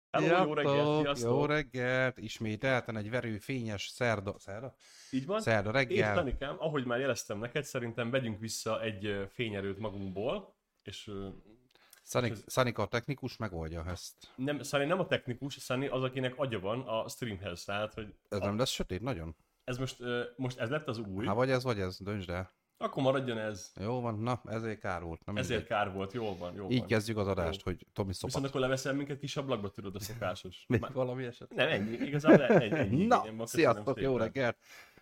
Hello, jó reggelt, Sziasztok! Jó sziasztok! reggelt! Ismételten egy verő fényes szerda? Így van. Szerda És reggel. Danikám, ahogy már jeleztem neked, szerintem vegyünk vissza egy fényerőt magunkból, és Szanika a technikus megoldja ezt. nem, Sunny nem a technikus, Sunny az, akinek agya van a streamhez, tehát, hogy Ez nem lesz sötét nagyon? ez most ez lett az új, Hát vagy ez, döntsd el. akkor maradjon ez. Jó van, na, ezért kár volt. Na, Ezért mindegy. kár volt, jól van, jó Így van. kezdjük az adást, Jó. hogy Tomi Viszont szopat. akkor leveszel minket kis ablakba, tudod, a szokásos. Még valami eset? Nem, ennyi, igazából ennyi Na, igényem van, köszönöm sziasztok, jó szépen. reggelt!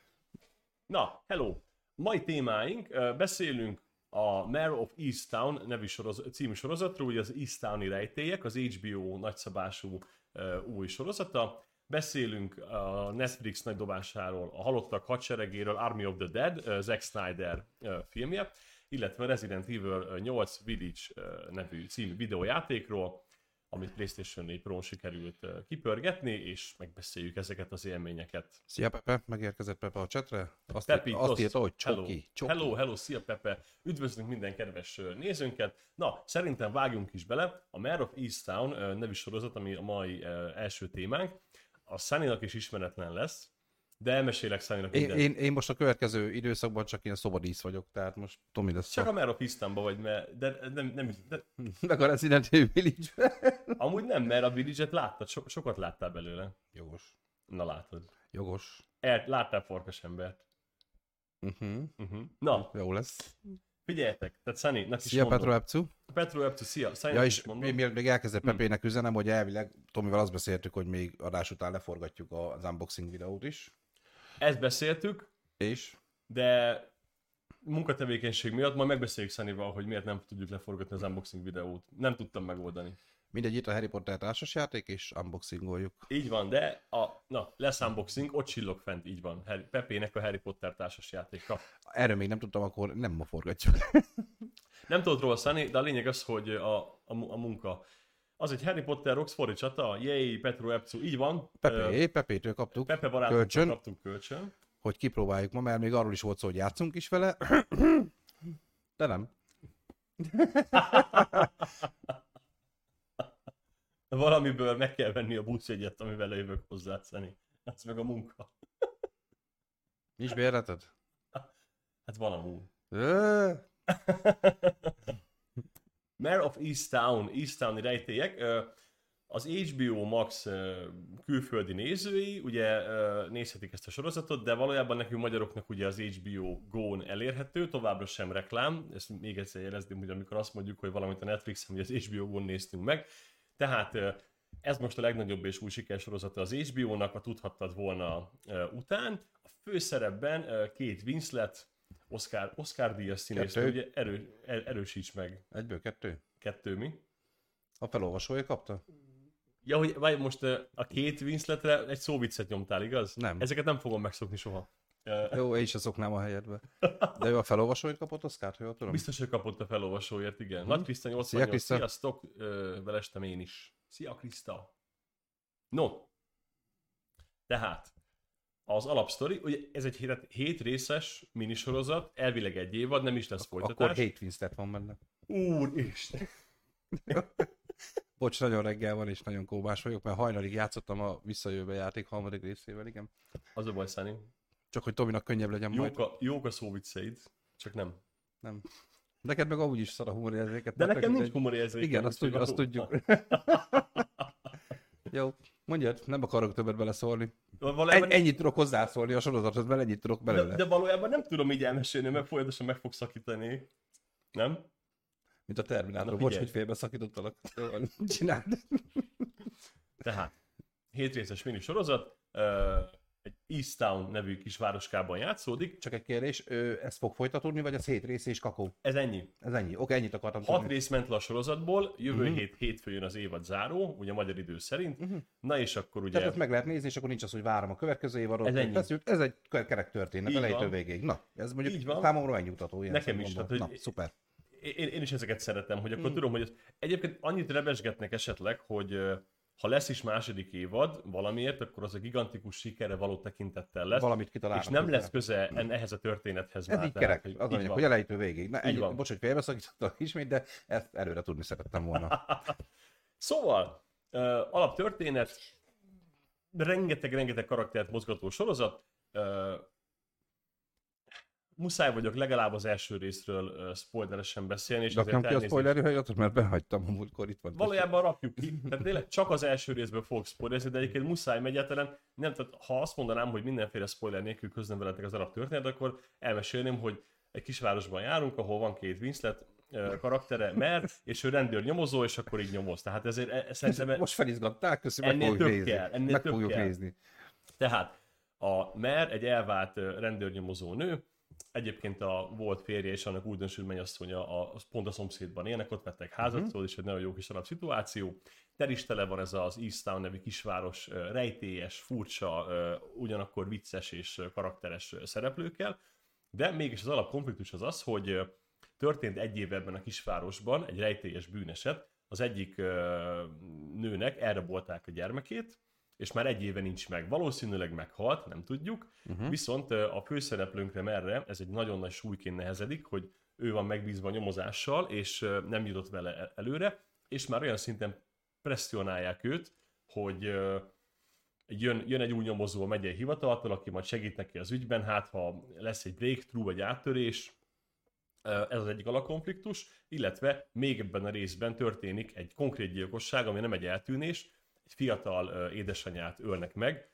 Na, hello! Mai témáink, beszélünk a Mare of Easttown nevű című sorozatról, ugye az Easttowni rejtélyek, az HBO nagyszabású új sorozata. Beszélünk a Netflix nagy dobásáról, a Halottak hadseregéről, Army of the Dead, Zack Snyder filmje, illetve Resident Evil 8 Village nevű című videójátékról, amit PlayStation 4 Pro-n sikerült kipörgetni, és megbeszéljük ezeket az élményeket. Szia Pepe, megérkezett Pepe a csetre? Pepi, Azt írta, hogy hello. csoki. Hello, szia Pepe, üdvözlünk minden kedves nézőnket. Na, szerintem vágjunk is bele. A Mare of Easttown nevű sorozat, ami a mai első témánk, a Sunnynak is ismeretlen lesz, de elmesélek Sunnynak mindent. Én most a következő időszakban csak ilyen szobadísz vagyok, tehát most Tomi lesz Csak a Mare of Easttownban vagy, de meg a Resident Evil Village. amúgy nem, mert a Village-et láttad, sokat láttál belőle. Jogos. Na látod. Jogos. Láttál farkas embert. Uh-huh. Na, Jó lesz. figyeljetek, tehát Sunny-nak is Szia mondom. Petro Epcu. Petro Epcu, szia, Ja, Sunny-nak is és mondom. mielőtt még elkezdett Pepének üzenem, hogy elvileg Tomival azt beszéltük, hogy még adás után leforgatjuk az unboxing videót is. Ezt beszéltük, És? de munkatevékenység miatt majd megbeszéljük Sunnyval, hogy miért nem tudjuk leforgatni az unboxing videót. Nem tudtam megoldani. Mindegy, itt a Harry Potter társasjáték, és unboxingoljuk. Így van, de lesz unboxing, ott csillog fent, így van. Pepének a Harry Potter társasjátéka. Erről még nem tudtam, akkor nem ma forgatjuk. Nem tudod róla, Sunny, de a lényeg az, hogy a munka. Az egy Harry Potter Oxfordi csata, yay, Petro Epcu, így van. Pepétől kaptuk Pepe barátunktól kölcsön, kaptunk kölcsön. hogy kipróbáljuk ma, mert még arról is volt szó, hogy játszunk is vele. De nem. Valamiből meg kell venni a buszjegyet, amivel jövök hozzá, Sunny. Ez meg a munka. Nincs bérleted? Hát van amúgy. Ö, Mare of Easttowni rejtélyek, az HBO Max külföldi nézői ugye nézhetik ezt a sorozatot, de valójában nekünk magyaroknak ugye az HBO Go-n elérhető, továbbra sem reklám, ezt még egyszer jelezném, hogy amikor azt mondjuk, hogy valamit a Netflixen vagy az HBO Go-n néztünk meg, tehát ez most a legnagyobb és új sikersorozata az HBO-nak, a tudhattad volna után. A főszerepben Kate Winslet, Oscar díjas színésznő, ugye erősíts meg. egyből kettő? Kettő mi? A felolvasója kapta? Ja, hogy vagy most a Kate Winsletre egy szóviccet nyomtál, igaz? Nem. Ezeket nem fogom megszokni soha. Jó, én is szoknám a helyedbe. De ő a felolvasóért kapott Oscart, ha jól tudom? Biztos, hogy kapott a felolvasóért, igen. Nagy Kriszta 88, Szia, Kriszta. sziasztok, velestem én is. Szia, Kriszta. No, tehát az alapsztori, ugye ez egy 7 részes minisorozat, elvileg egy évad, nem is lesz folytatás. Akkor Kate Winslet van benne. Úristen! Bocs, nagyon reggel van, és nagyon kóbás vagyok, mert hajnalig játszottam a Visszajövőbe játék harmadik részével, igen. Az a baj, Sunny. Csak hogy Tominak könnyebb legyen majd. Jók a szóvicceid, csak nem. Nem. Neked meg amúgy is szar a humorérzéket. De nekem nincs humorérzékem. Igen, azt tudjuk. Jó, mondjad, nem akarok többet beleszólni. Ennyit tudok hozzászólni a sorozathoz, mert ennyit tudok belőle. De valójában nem tudom így elmesélni, mert folyamatosan meg fog szakítani. Nem? Mint a Terminátor. Na, Bocs, figyelj. hogy félbeszakítottalak. Csináld. Tehát, 7 részes mini sorozat, egy Easttown nevű kisvároskában játszódik. Csak egy kérdés, ez fog folytatódni, vagy az 7 rész és kakó? Ez ennyi. Ez ennyi. Oké, ennyit akartam 6 tudni. rész ment le a sorozatból, jövő hétfőn jön az évad záró, ugye magyar idő szerint. Na és akkor ugye... Tehát ezt meg lehet nézni, és akkor nincs az, hogy várom a következő évadot. Ez ennyi. Ez egy kerek történet, Így elejétől van. végéig. Na, ez Így mondjuk van. számomra ennyi mutató. Ilyen Nekem is, szempontból. tehát, Na, hogy- szuper. Én is ezeket szeretem, hogy akkor tudom, hogy egyébként annyit rebesgetnek esetleg, hogy ha lesz is második évad valamiért, akkor az a gigantikus sikerre való tekintettel lesz. Valamit kitalálnak. És nem hozzá. lesz köze ehhez a történethez. Ez már, így tehát, kerek. hogy Az így mondjuk, van. hogy elejétől végig. Na, ennyi, van. bocs, hogy félbeszakítottak ismét, de ezt előre tudni szerettem volna. Szóval, Alaptörténet, rengeteg karaktert mozgató sorozat. Muszáj vagyok legalább az első részről spoileresen beszélni, és Rakjam ki a spoiler hajlatot, mert behagytam a múltkor, itt van. Valójában rakjuk ki, tehát tényleg csak az első részből fogok spoilerezni, de egyébként muszáj egyáltalán, nem, tehát ha azt mondanám, hogy mindenféle spoiler nélkül közlöm veletek az alaptörténet, akkor elmesélném, hogy egy kisvárosban járunk, ahol van két Winslet karaktere, és ő rendőrnyomozó, és akkor így nyomoz. Tehát ezért szerintem... Most felizgattál, köszönöm, meg fogjuk nézni. Tehát a Mer egy elvált rendőrnyomozó nő, egyébként a volt férje és annak újdonsült mennyasszonya pont a szomszédban élnek, ott vettek házat, szóval is egy nagyon jó kis alapszituáció. Tele van ez az Easttown nevű kisváros rejtélyes, furcsa, ugyanakkor vicces és karakteres szereplőkkel, de mégis az alapkonfliktus az, hogy történt egy év ebben a kisvárosban egy rejtélyes bűneset, az egyik nőnek elrabolták a gyermekét, és már egy éve nincs meg. Valószínűleg meghalt, nem tudjuk, viszont a főszereplőnkre merre, ez egy nagyon nagy súlyként nehezedik, hogy ő van megbízva a nyomozással, és nem jutott vele előre, és már olyan szinten presszionálják őt, hogy jön egy új nyomozó a megyei hivataltól, aki majd segít neki az ügyben, hát ha lesz egy breakthrough vagy áttörés, ez az egyik alapkonfliktus, illetve még ebben a részben történik egy konkrét gyilkosság, ami nem egy eltűnés, egy fiatal édesanyát ölnek meg,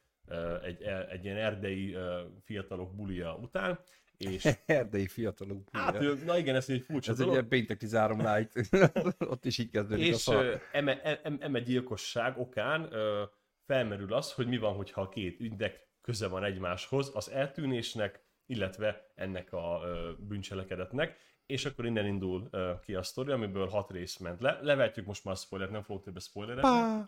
egy ilyen erdei fiatalok bulia után, és... Erdei fiatalok bulia. Hát, na igen, ez egy furcsa ez dolog. egy ilyen péntek 13 light. Ott is így kezdődik és a szar. És eme gyilkosság okán felmerül az, hogy mi van, hogyha a két ügynök köze van egymáshoz, az eltűnésnek, illetve ennek a bűncselekedetnek, és akkor innen indul ki a sztori, amiből 6 rész ment le. Levetjük most már a spoilert, nem fogok többet spoilerezni.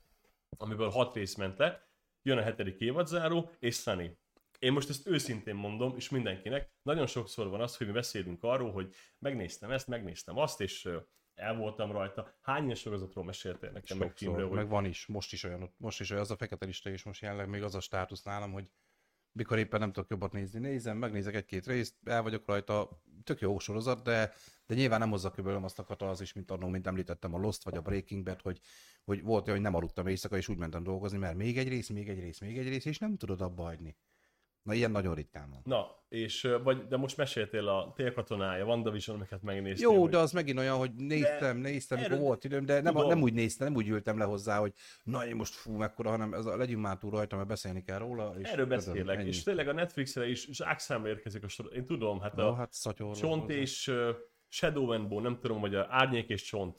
Amiből 6 rész ment le, jön a 7. évadzáró, és Sunny. Én most ezt őszintén mondom, és mindenkinek, nagyon sokszor van az, hogy mi beszélünk arról, hogy megnéztem ezt, megnéztem azt, és el voltam rajta. Hány ilyen sorozatról meséltél nekem, meg filmről? Meg van is, most is olyan az a fekete lista, és most jelenleg még az a státusz nálam, hogy mikor éppen nem tudok jobbat nézni, megnézek egy-két részt, el vagyok rajta, tök jó sorozat, de nyilván nem hozza körülbelül azt a katalazis, mint annól, mint említettem a Lost vagy a Breaking Bad, hogy volt olyan, hogy nem aludtam éjszaka, és úgy mentem dolgozni, mert még egy rész, és nem tudod abba hagyni. Na, ilyen nagyon ritkán van. Na, és de most meséltél a Télkatonája, WandaVision, amiket megnéztél. Jó, de az megint olyan, hogy néztem, mikor volt időm, de nem úgy néztem, nem úgy ültem le hozzá, hogy na én most mekkora, hanem legyünk már túl rajta, mert beszélni kell róla. És erről beszélek, és tényleg a Netflixre is zsákszámba érkezik a sorozat. Én tudom, hát a Csont és Shadow and Bone, nem tudom, vagy a Árnyék és Csont,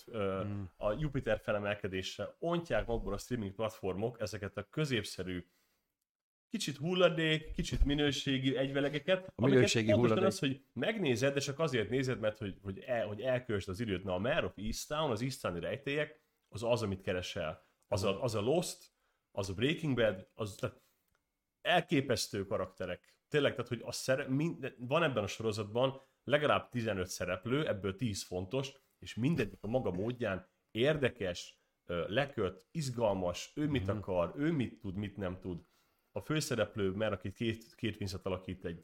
a Jupiter felemelkedésre ontják magból a streaming platformok ezeket a középszerű, kicsit hulladék, kicsit minőségi egyvelegeket, a minőségi hulladék az, hogy megnézed, de csak azért nézed, mert hogy elköltsd az időt. Na, a Mare of Easttown, az Easttowni rejtélyek, az, amit keresel. Az a Lost, az a Breaking Bad, tehát elképesztő karakterek. Tényleg, tehát, hogy van ebben a sorozatban legalább 15 szereplő, ebből 10 fontos, és mindegyik a maga módján érdekes, leköt, izgalmas, ő mit akar, ő mit tud, mit nem tud. A főszereplő, mert akit két Winslet alakít, egy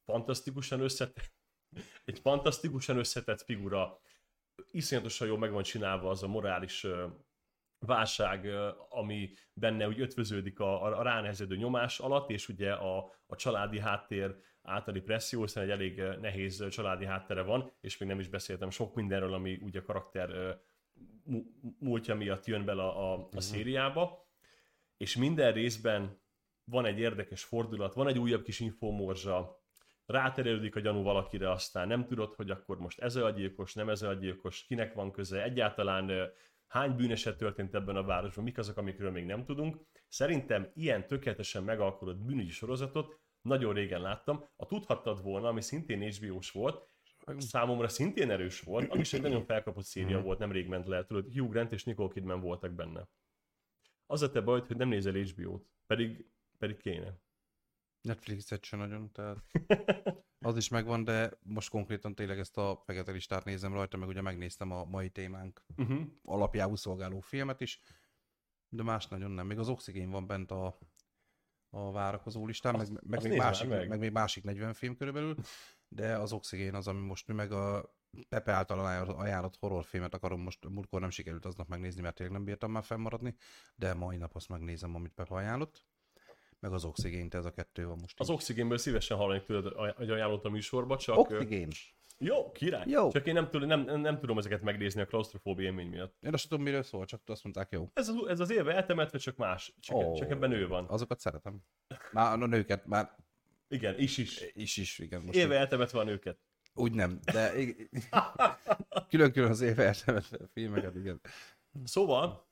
fantasztikusan összetett figura, iszonyatosan jól meg van csinálva az a morális válság, ami benne úgy ötvöződik a ránehezedő nyomás alatt, és ugye a családi háttér általi presszió, hiszen egy elég nehéz családi háttere van, és még nem is beszéltem sok mindenről, ami ugye a karakter múltja miatt jön bele a szériába, és minden részben van egy érdekes fordulat, van egy újabb kis infomorzsa, ráterelődik a gyanú valakire, aztán nem tudod, hogy akkor most ez a gyilkos, nem ez a gyilkos, kinek van köze, egyáltalán hány bűneset történt ebben a városban, mik azok, amikről még nem tudunk. Szerintem ilyen tökéletesen megalkotott bűnügyi sorozatot nagyon régen láttam. A Tudhattad volna, ami szintén HBO-s volt, számomra szintén erős volt, ami is egy nagyon felkapott széria volt, nemrég ment le, tudod, Hugh Grant és Nicole Kidman voltak benne. Az a te bajod, hogy nem nézel HBO-t, pedig kéne. Netflixet sem nagyon, tehát az is megvan, de most konkrétan tényleg ezt a fekete listát nézem rajta, meg ugye megnéztem a mai témánk alapjául szolgáló filmet is, de más nagyon nem. Még az Oxigén van bent a várakozó listán, meg még másik 40 film körülbelül, de az Oxigén az, ami most meg Pepe által ajánlott horrorfilmet akarom most, múltkor nem sikerült aznap megnézni, mert tényleg nem bírtam már fennmaradni, de mai nap azt megnézem, amit Pepe ajánlott. Meg az Oxigént, ez a kettő van most. Az Oxigénből szívesen hallanék tőled, hogy ajánlott a műsorba, csak... Oxigén! Jó, király! Jó. Csak én nem tudom ezeket megnézni a klaustrofóbia élmény miatt. Én azt tudom, miről szól, csak azt mondták, jó. Ez az élve eltemetve, csak más. Csak ebben nő van. Azokat szeretem. Már a nőket, már... Igen, is. Igen. Most élve eltemetve a nőket. Úgy nem, de külön-külön az élve eltemetve filmeket, igen. Szóval,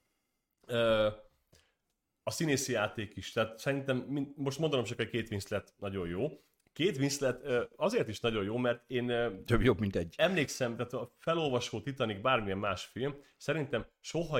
a színészi játék is, tehát szerintem, most mondanom csak, hogy Kate Winslet nagyon jó. Kate Winslet azért is nagyon jó, mert én több jobb, mint egy. Emlékszem, tehát a felolvasó Titanic, bármilyen más film, szerintem soha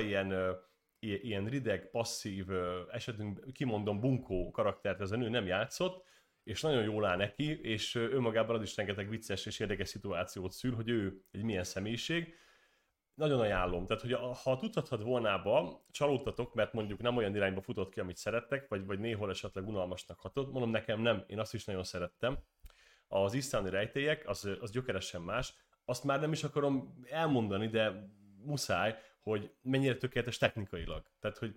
ilyen rideg, passzív, esetünk kimondom bunkó karaktert ez a nő nem játszott, és nagyon jól áll neki, és önmagában az is rengeteg vicces és érdekes szituációt szül, hogy ő egy milyen személyiség. Nagyon ajánlom. Tehát, hogy ha tudhatod volnába, csalódtatok, mert mondjuk nem olyan irányba futott ki, amit szerettek, vagy néhol esetleg unalmasnak hatott. Mondom, nekem nem, én azt is nagyon szerettem. Az isztáni rejtélyek, az gyökeresen más. Azt már nem is akarom elmondani, de muszáj, hogy mennyire tökéletes technikailag. Tehát, hogy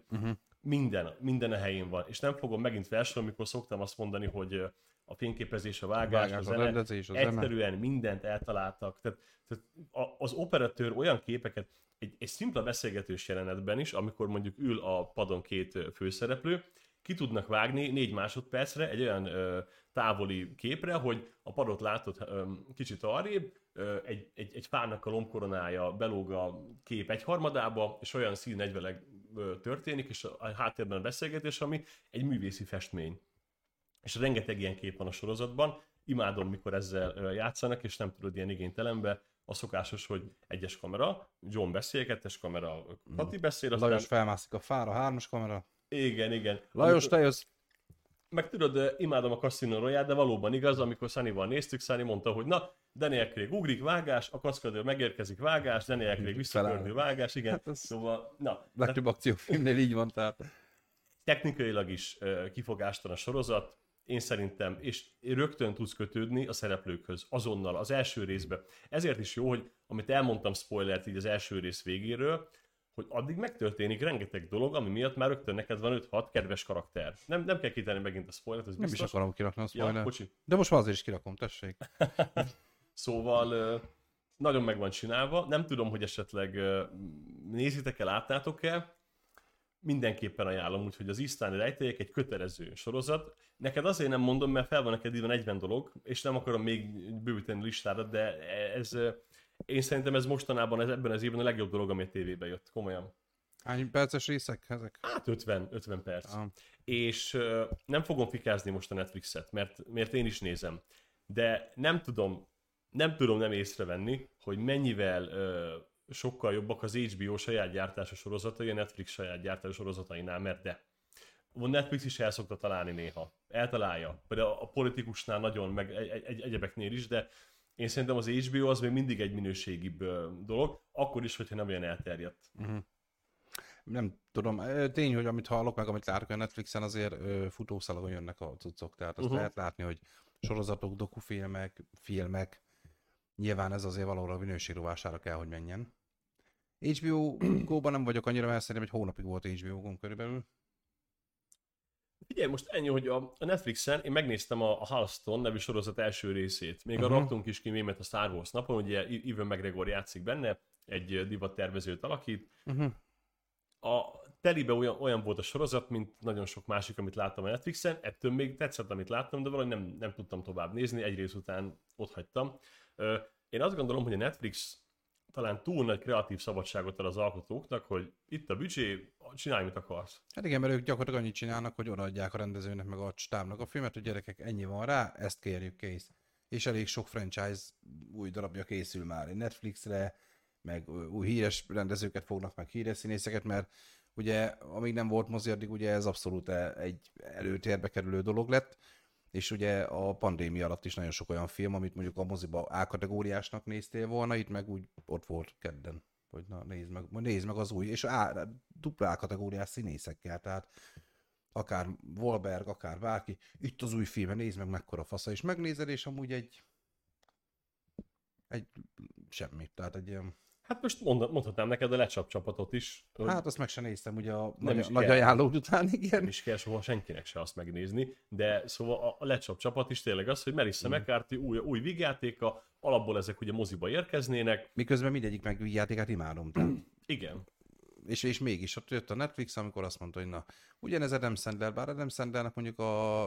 minden a helyén van. És nem fogom megint felsorolni, amikor szoktam azt mondani, hogy a fényképezés, a vágás, a zene, rendezés, egyszerűen mindent eltaláltak. Tehát az operatőr olyan képeket, egy szimpla beszélgetős jelenetben is, amikor mondjuk ül a padon két főszereplő, ki tudnak vágni 4 másodpercre egy olyan távoli képre, hogy a padot látod kicsit arrébb, egy fának a lombkoronája belóg a kép 1/3, és olyan színegyveleg történik, és a háttérben a beszélgetés, ami egy művészi festmény. És rengeteg ilyen kép van a sorozatban, imádom, mikor ezzel játszanak, és nem tudod ilyen igénytelenbe. A szokásos, hogy 1-es kamera, John beszél, 2-es kamera, Kati beszél, aztán... Lajos felmászik a fára, 3-as kamera. Igen. Lajos, te jössz! Meg tudod, imádom a Casino Royale, de valóban igaz, amikor Sunnyval néztük, Sunny mondta, hogy na, Daniel Craig ugrik, vágás, a kaszkadőr megérkezik, vágás, Daniel Craig visszapördül, vágás, igen. Hát szóval, na. Legtöbb akciófilmnél így van, tehát. Technikailag is kifogástalan a sorozat, én szerintem, és rögtön tudsz kötődni a szereplőkhöz, azonnal, az első részbe. Ezért is jó, hogy amit elmondtam spoilert így az első rész végéről, hogy addig megtörténik rengeteg dolog, ami miatt már rögtön neked van 5-6 kedves karakter. Nem kell kitenni megint a spoilert, ez biztos. Nem is akarom kirakni a spoilert. Ja, de most már azért is kirakom, tessék. Szóval nagyon meg van csinálva. Nem tudom, hogy esetleg nézitek-e, látnátok-e. Mindenképpen ajánlom, úgyhogy az isztáni rejtélyek egy kötelező sorozat. Neked azért nem mondom, mert fel van neked írva 40 dolog, és nem akarom még bővíteni listára, de én szerintem ez mostanában, ebben az évben a legjobb dolog, ami a tévébe jött, komolyan. Hány perces részek ezek? Hát 50 perc. És nem fogom fikázni most a Netflixet, mert én is nézem. De nem tudom nem észrevenni, hogy mennyivel sokkal jobbak az HBO saját gyártású sorozatai a Netflix saját gyártású sorozatainál, mert de. A Netflix is el szokta találni néha. Eltalálja. Például a politikusnál nagyon, meg egyebeknél is, de én szerintem az HBO az még mindig egy minőségibb dolog, akkor is, hogyha nem olyan elterjedt. Nem tudom. Tény, hogy amit hallok meg, amit látok a Netflixen, azért futószalagon jönnek a cuccok. Tehát azt lehet látni, hogy sorozatok, dokufilmek, filmek, nyilván ez azért valahol a minőség rovására kell, hogy menjen. HBO Go-ban nem vagyok annyira, mert szerintem egy hónapig volt HBO Go-n körülbelül. Figyelj, most ennyi, hogy a Netflixen én megnéztem a Halston nevű sorozat első részét. Még arra raktunk is ki mémet a Star Wars napon, ugye Ewan McGregor játszik benne, egy divattervezőt alakít. A telibe olyan volt a sorozat, mint nagyon sok másik, amit láttam a Netflixen. Ettől még tetszett, amit láttam, de valahogy nem tudtam tovább nézni, egy rész után otthagytam. Én azt gondolom, hogy a Netflix talán túl nagy kreatív szabadságot ad az alkotóknak, hogy itt a büdzsé, csinálj, mit akarsz. Hát igen, mert ők gyakorlatilag annyit csinálnak, hogy odaadják a rendezőnek meg a stábnak a filmet, hogy gyerekek, ennyi van rá, ezt kérjük, kész. És elég sok franchise új darabja készül már Netflixre, meg új híres rendezőket fognak, meg híres színészeket, mert ugye amíg nem volt mozi, addig ugye ez abszolút egy előtérbe kerülő dolog lett, és ugye a pandémia alatt is nagyon sok olyan film, amit mondjuk a moziba A-kategóriásnak néztél volna, itt meg úgy ott volt kedden, hogy na nézd meg az új, és dupla A-kategóriás színészekkel, tehát akár Wahlberg, akár bárki, itt az új filme, nézd meg mekkora fasza, és megnézed, és amúgy egy Semmi. Tehát egy ilyen... Hát most mondhatnám neked a Lecsap csapatot is. Hát azt meg sem néztem, ugye a Nem is nagy kell. ajánló után, igen. Nem is kell soha senkinek se azt megnézni, de szóval a Lecsap csapat is tényleg az, hogy Melissa McCarthy új vígjátéka, alapból ezek ugye moziba érkeznének. Miközben mindegyik meg játékát imádom. Igen. És mégis ott jött a Netflix, amikor azt mondta, hogy na, ugyanez Adam Sandler, bár Adam Sandlernek mondjuk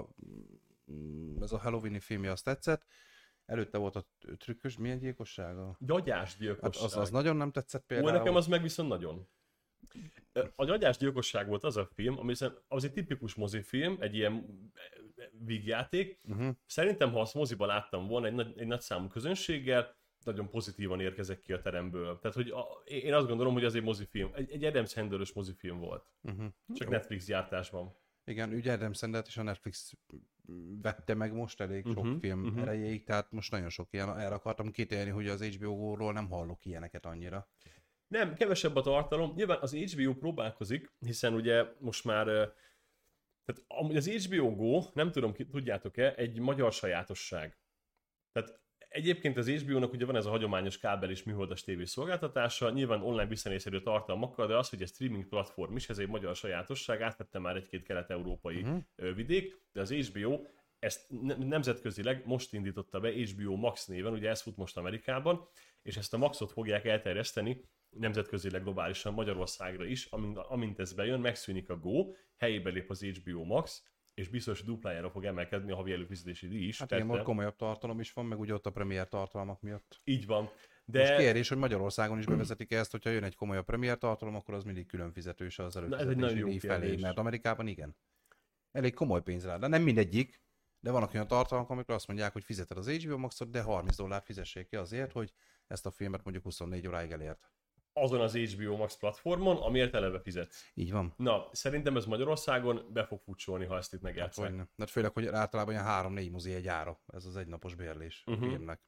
ez a Halloween-i filmje azt tetszett, előtte volt a trükkös, milyen gyilkossága? Gyagyás gyilkosság. Hát az nagyon nem tetszett például. Nekem az meg viszont nagyon. A Gyagyás gyilkosság volt az a film, ami az egy tipikus mozifilm, egy ilyen vígjáték. Szerintem, ha azt moziban láttam volna egy nagy számú közönséggel, nagyon pozitívan érkezek ki a teremből. Tehát, hogy én azt gondolom, hogy az egy mozifilm, egy Adam Sandler-ös mozifilm volt. Csak Netflix gyártásban. Igen, ugye Adam Sandlert és a Netflix vette meg most elég sok film erejéig, tehát most nagyon sok ilyen, erre akartam kitérni, hogy az HBO-ról nem hallok ilyeneket annyira. Nem, kevesebb a tartalom. Nyilván az HBO próbálkozik, hiszen ugye most már, tehát az HBO Go, nem tudom, tudjátok-e, egy magyar sajátosság. Tehát egyébként az HBO-nak ugye van ez a hagyományos kábel és műholdas tévészolgáltatása, nyilván online visszanézhető tartalmakkal, de az, hogy ez streaming platform is, ez egy magyar sajátosság, átvette már egy-két kelet-európai vidék, de az HBO ezt nemzetközileg most indította be HBO Max néven, ugye ez fut most Amerikában, és ezt a Maxot fogják elterjeszteni nemzetközileg, globálisan Magyarországra is, amint ez bejön, megszűnik a Go, helyébe lép az HBO Max, és biztos duplájára fog emelkedni a havi előfizetési díj is. Hát igen, most komolyabb tartalom is van, meg ugye ott a premier tartalmak miatt. Így van. De... Most kérdés, hogy Magyarországon is bevezetik ezt, hogyha jön egy komolyabb premier tartalom, akkor az mindig külön fizetős az előfizetési díj felé, mert Amerikában igen. Elég komoly pénz rá, de nem mindegyik, de vannak olyan tartalmak, amikor azt mondják, hogy fizeted az HBO Maxot, de $30 fizessék ki azért, hogy ezt a filmet mondjuk 24 óráig elért. Azon az HBO Max platformon, amiért eleve fizetsz. Így van. Na, szerintem ez Magyarországon be fog futsolni, ha ezt itt megjátszák. Hát, de főleg, hogy általában ilyen 3-4 mozi egy ára, ez az egynapos bérlés a filmnek.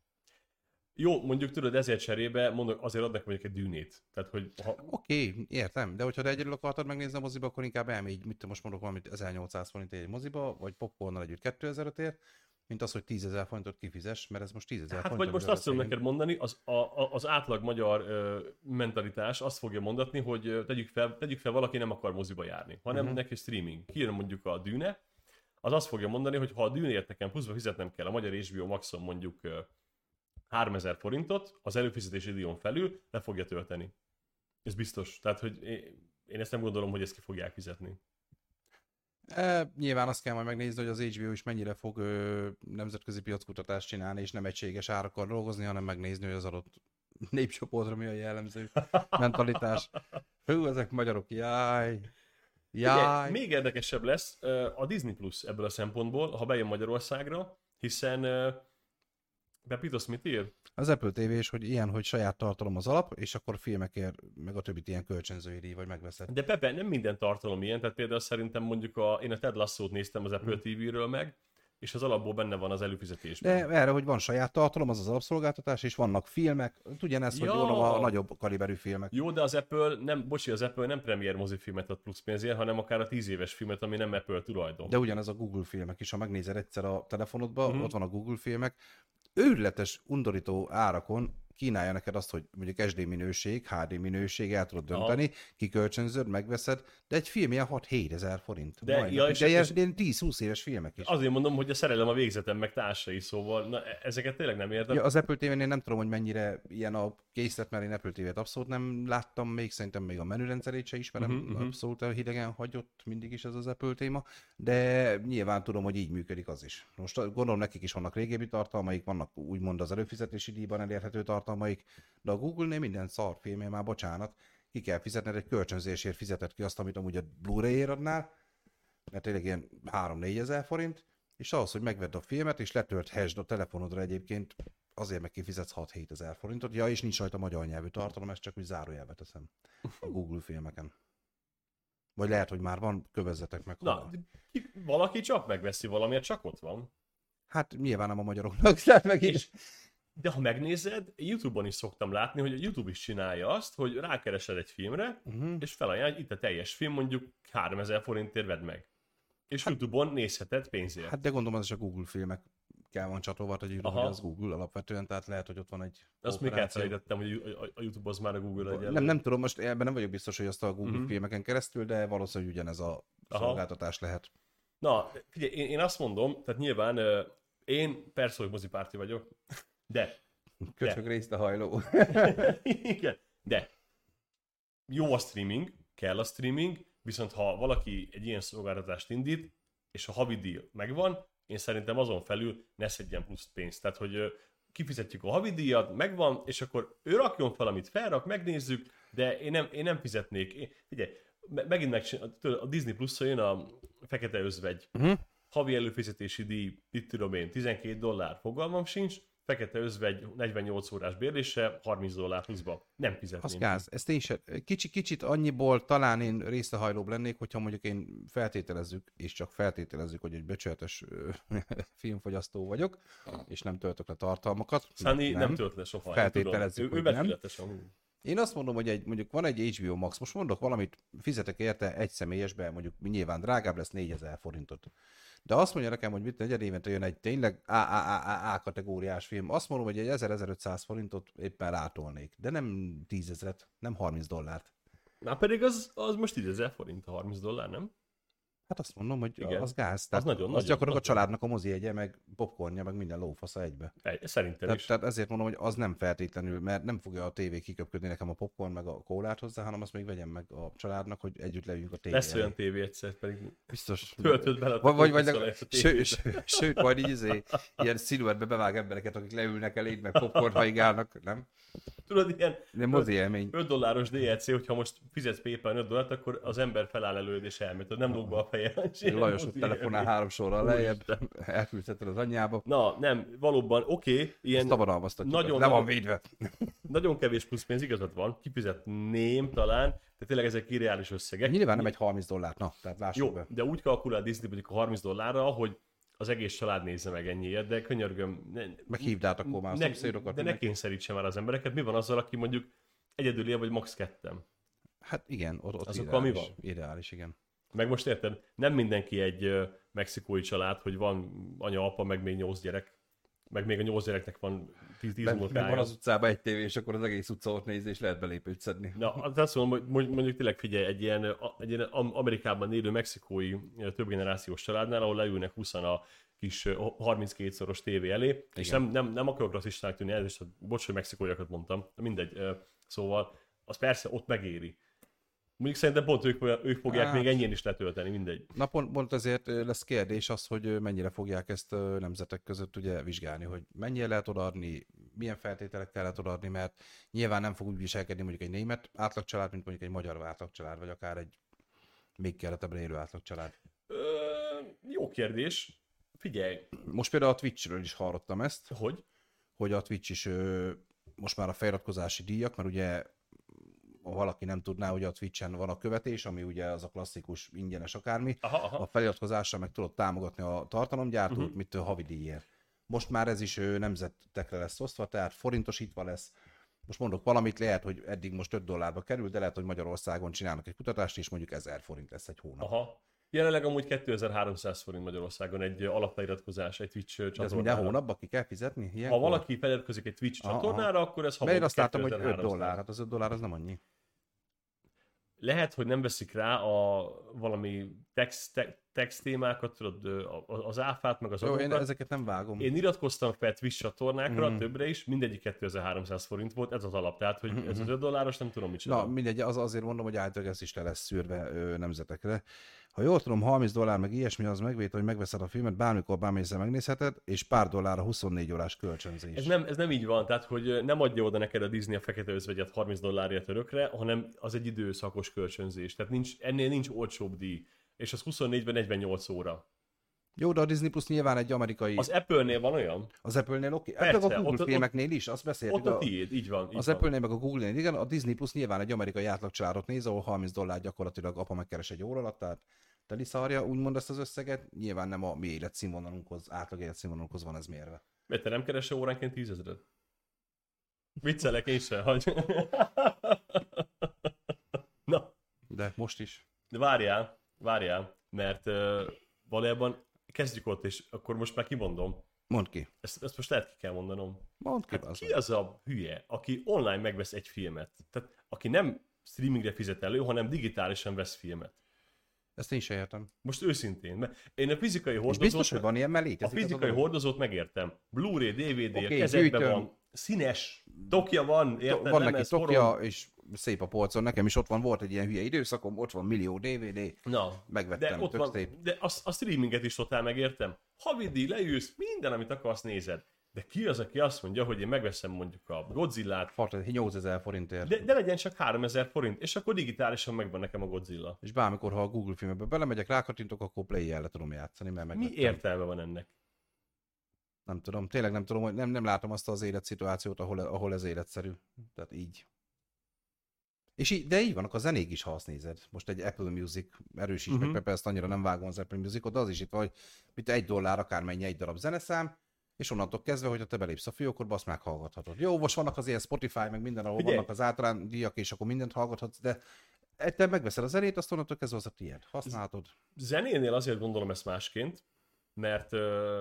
Jó, mondjuk tudod, ezért cserébe mondok, azért adnak mondjuk egy dűnét. Tehát, hogy Oké, értem, de hogyha te egyedül akartad megnézni a moziba, akkor inkább elmégy, mit most mondok valamit 1800 forint egy moziba, vagy popcornnal együtt 2000-et ér, mint az, hogy 10 000 forintot kifizes, mert ez most 10 000 forint. Hát vagy most azt tudom neked mondani, az átlag magyar mentalitás azt fogja mondatni, hogy tegyük fel, valaki nem akar moziba járni, hanem neki streaming. Kijön mondjuk a Dűne, az azt fogja mondani, hogy ha a Dűnéért nekem pluszba fizetnem kell a magyar HBO Maxon mondjuk 3000 forintot, az előfizetési díjon felül le fogja tölteni. Ez biztos. Tehát, hogy én ezt nem gondolom, hogy ezt ki fogják fizetni. Nyilván azt kell majd megnézni, hogy az HBO is mennyire fog nemzetközi piackutatást csinálni, és nem egységes árakkal dolgozni, hanem megnézni, hogy az adott népcsoportra mi a jellemző mentalitás. Hú, ezek magyarok, jaj. Ugye, még érdekesebb lesz a Disney Plus ebből a szempontból, ha bejön Magyarországra, hiszen Pepito mit ír? Az Apple TV-s, hogy ilyen, hogy saját tartalom az alap, és akkor filmekért, meg a többit ilyen kölcsönzői díj, vagy megveszed. De Pepe, nem minden tartalom ilyen, tehát például szerintem mondjuk én a Ted Lasso-t néztem az Apple TV-ről meg, és az alapból benne van az előfizetésben. De erre, hogy van saját tartalom, az az alapszolgáltatás, és vannak filmek, ugyanez, hogy mondom, a nagyobb kaliberű filmek. Jó, de az Apple nem premier mozifilmet ad plusz pénzért, hanem akár a 10 éves filmet, ami nem Apple tulajdon. De ugyanez a Google filmek is, ha megnézed egyszer a telefonodban, ott van a Google filmek, őrületes, undorító árakon kínálja neked azt, hogy mondjuk SD minőség, HD minőség, el tudod dönteni, kikölcsönzöd, megveszed, de egy film ilyen 6-7 ezer forint. De ilyen 10-20 éves filmek is. Azért mondom, hogy a szerelem a végzetem, meg társai, szóval na, ezeket tényleg nem értem. Ja, az Apple TV-nél nem tudom, hogy mennyire ilyen a készlet, mert én Apple TV-t abszolút nem láttam még, szerintem még a menürendszerét se ismerem, abszolút hidegen hagyott mindig is ez az Apple téma, de nyilván tudom, hogy így működik az is. Most gondolom, nekik is vannak régebbi tartalmaik, vannak úgymond az előfizetési díjban elérhető tartalmaik, de a Google-nél minden szar filmje már, bocsánat, ki kell fizetned, egy kölcsönzésért fizetett ki azt, amit amúgy a Blu-ray-ért adnál, mert tényleg ilyen 3-4 ezer forint, és ahhoz, hogy megvedd a filmet, és letölthessd a telefonodra egyébként, azért meg kifizetsz 6-7 ezer forintot. Ja, és nincs rajta magyar nyelvű tartalom, ezt csak úgy zárójelbe teszem a Google filmeken. Vagy lehet, hogy már van, kövezzetek meg. Na, valaki csak megveszi valamiért, csak ott van. Hát nyilván nem a magyaroknak, tehát meg is. De ha megnézed, YouTube-on is szoktam látni, hogy a YouTube is csinálja azt, hogy rákeresed egy filmre, és felajánlja, hogy itt a teljes film, mondjuk 3000 forintért vedd meg. És YouTube-on nézheted pénzért. Hát de gondolom, az is a Google filmek kell van csatolva, hogy YouTube, az Google alapvetően, tehát lehet, hogy ott van egy azt még elfelejtettem, hogy a YouTube az már a Google legyen. Nem tudom, most ebben nem vagyok biztos, hogy azt a Google filmeken keresztül, de valószínűleg ugyanez a szolgáltatás lehet. Na, figyelj, én azt mondom, tehát nyilván én persze, hogy mozipárti vagyok, de... Köcsög részt a hajló. Igen, de jó a streaming, kell a streaming, viszont ha valaki egy ilyen szolgáltatást indít, és a havidíj megvan, én szerintem azon felül ne szedjen plusz pénzt. Tehát, hogy kifizetjük a havidíjat, megvan, és akkor ő rakjon fel, amit felrak, megnézzük, de én nem fizetnék. Figyelj, megint a Disney Plus-on jön a Fekete Özvegy. Havi előfizetési díj, itt tudom én, $12, fogalmam sincs, Fekete Özvegy 48 órás bérlése, $30 pluszba. Nem fizetném. Az gáz. Ezt én sem. Kicsit annyiból talán én részrehajlóbb lennék, hogyha mondjuk én feltételezzük, és csak feltételezzük, hogy egy becsületes filmfogyasztó vagyok, és nem töltök le tartalmakat. Sunny nem tölt le soha. Feltételezzük, hogy nem. Én azt mondom, hogy mondjuk van egy HBO Max, most mondok valamit, fizetek érte egy személyesbe, mondjuk nyilván drágább lesz 4000 forintot. De azt mondja nekem, hogy negyed évente jön egy tényleg A kategóriás film. Azt mondom, hogy egy 1000-1500 forintot éppen rátolnék. De nem 10 000, nem $30. Na pedig az most 10 forint a $30, nem? Hát azt mondom, hogy igen, az gáz. Tehát az nagyon, az gyakorlatilag a családnak a mozijegye, meg popcornja, meg minden lófasza egybe. Szerintem is. Tehát ezért mondom, hogy az nem feltétlenül, mert nem fogja a tévé kiköpködni nekem a popcorn, meg a kólát hozzá, hanem azt még vegyem meg a családnak, hogy együtt leüljünk a tévé. Lesz olyan tévé egyszer, pedig biztos. Töltöd bele vagy sőt, majd így ilyen sziluettbe bevág embereket, akik leülnek eléd, meg popcorn haigálnak, nem? Tudod, ilyen $5 DLC, hogyha most fizetsz PayPal $5, akkor az ember feláll előd és elmegy, nem lóg be a feje. Lajos ott telefonál 3 sorral lejjebb, elküldheted az anyjába. Na, nem, valóban oké. Ilyen nagyon, le van védve. Nagyon kevés plusz pénz, igazad van, kifizetném talán, de tényleg ezek irreális összegek. Nyilván nem egy $30, na, tehát lássuk jó, be. De úgy kalkulál Disney mondjuk a $30-ra, hogy az egész család nézze meg ennyiért, de könyörgöm... Meghívd át akkor már a szomszédokat. De ne kényszerítse már az embereket. Mi van azzal, aki mondjuk egyedül él, vagy max. 2? Hát igen, ott azokkal mi van? Ideális, igen. Meg most érted, nem mindenki egy mexikói család, hogy van anya, apa, meg még 8 gyerek. Meg még a 8 gyereknek van 10 unokája. Meg van az utcában egy tévé, és akkor az egész utca ott nézi, és lehet belépőt szedni. Na, azt mondom, hogy mondjuk tényleg figyelj, egy ilyen Amerikában élő mexikói többgenerációs családnál, ahol leülnek 20 a kis 32-szoros tévé elé, igen. És nem akarok rasszistának tűnni, ez is, bocs, hogy mexikóiakat mondtam, mindegy, szóval az persze ott megéri. Mondjuk szerintem pont ők fogják még ennyien is letölteni, mindegy. Na pont ezért lesz kérdés az, hogy mennyire fogják ezt nemzetek között ugye vizsgálni, hogy mennyire lehet odaadni, milyen feltételekkel lehet odaadni, mert nyilván nem fog úgy viselkedni mondjuk egy német átlagcsalád, mint mondjuk egy magyar átlagcsalád, vagy akár egy még keletebbre élő átlagcsalád. Jó kérdés. Figyelj. Most például a Twitchről is hallottam ezt. Hogy? Hogy a Twitch is most már a feliratkozási díjak, mert ugye ha valaki nem tudná, hogy a Twitchen van a követés, ami ugye az a klasszikus ingyenes akármi, a feliratkozásra meg tudod támogatni a tartalomgyártót, mitől havidíjért. Most már ez is nemzetekre lesz osztva, tehát forintosítva lesz. Most mondok valamit, lehet, hogy eddig most $5 kerül, de lehet, hogy Magyarországon csinálnak egy kutatást, és mondjuk 1000 forint lesz egy hónap. Aha. Jelenleg amúgy 2300 forint Magyarországon egy alapfeliratkozás, egy Twitch csatornára. Ez minden hónapban ki kell fizetni? Ilyenkor? Ha valaki feliratkozik egy Twitch csatornára, akkor ez havonta. Mert én azt láttam, hogy $5, hát az $5 az nem annyi. Lehet, hogy nem veszik rá valami text témákat, tudod, az áfát, meg az adókat. Én ezeket nem vágom. Én iratkoztam fel Twitch csatornákra, többre is, mindegyik 2300 forint volt, ez az alap, tehát hogy ez az $5 nem tudom mit csinálni. Na mindegy, azért mondom, hogy általában ez is le lesz szűrve nemzetekre. Ha jól tudom, $30 meg ilyesmi, az megvéd, hogy megveszed a filmet, bármikor bármelyikre megnézheted, és pár $1 24 órás kölcsönzés. Ez nem így van, tehát hogy nem adja oda neked a Disney a Fekete Özvegyet $30 örökre, hanem az egy időszakos kölcsönzés. Tehát ennél nincs olcsóbb díj, és az 24-ben 48 óra. Jó, de a Disney Plus nyilván egy amerikai... Az Apple-nél van olyan? Az Apple-nél oké. Persze, a Google filmeknél is, azt beszéltük. Ott a tiéd, így van. Az Apple-nél meg a Google-nél, igen, a Disney Plus nyilván egy amerikai átlagcsaládot néz, ahol $30 gyakorlatilag apa megkeres egy óra alatt, tehát teli szarja, úgymond ezt az összeget, nyilván nem a mi életszínvonalunkhoz, átlag életszínvonalunkhoz van ez mérve. Mert te nem keresel óránként 10 000? Viccelek én sem, hogy... Na. De most is. De várjál, mert valójában kezdjük ott, és akkor most már kimondom. Mondd ki. Ezt most lehet ki kell mondanom. Mondd ki, Hát ki az a hülye, aki online megvesz egy filmet? Tehát aki nem streamingre fizet elő, hanem digitálisan vesz filmet. Ezt én sem értem. Most őszintén, mert én a fizikai És hordozót... biztos, hogy van ilyen mellé? A fizikai hordozót megértem. Blu-ray, DVD, a Oké, kezedben gyűjtöm. van, színes, tokja van, érted? Van neki lemez, tokja, forog. és szép a polcon. Nekem is ott volt egy ilyen hülye időszakom, ott van millió DVD. Na, Megvettem, de ott tök van, szép. de a streaminget is totál megértem. Havidi, leülsz, minden, amit akarsz, nézed. De ki az, aki azt mondja, hogy én megveszem mondjuk a Godzillát, 8000 forintért. de legyen csak 3000 forint, és akkor digitálisan megvan nekem a Godzilla. És bármikor, ha a Google filmbe belemegyek, rákattintok, akkor play-jel le tudom játszani, mert megvettem. Mi értelme van ennek? Nem tudom, tényleg nem tudom, hogy nem látom azt az életszituációt, ahol ez életszerű. Tehát így. És de így vannak a zenék is, ha azt nézed. Most egy Apple Music erősíts meg, mert persze annyira nem vágom az Apple Musicot, de az is itt van, hogy mint $1 akármennyi egy darab zeneszám, és onnantól kezdve, hogyha te belépsz a fiókodba, azt meghallgathatod. Jó, most vannak az ilyen Spotify, meg minden, ahol Figyelj. vannak az általán díjak, és akkor mindent hallgathatsz, de te megveszed a zenét, azt onnantól kezdve az a tiéd. Használhatod. Zenénél azért gondolom ezt másként, mert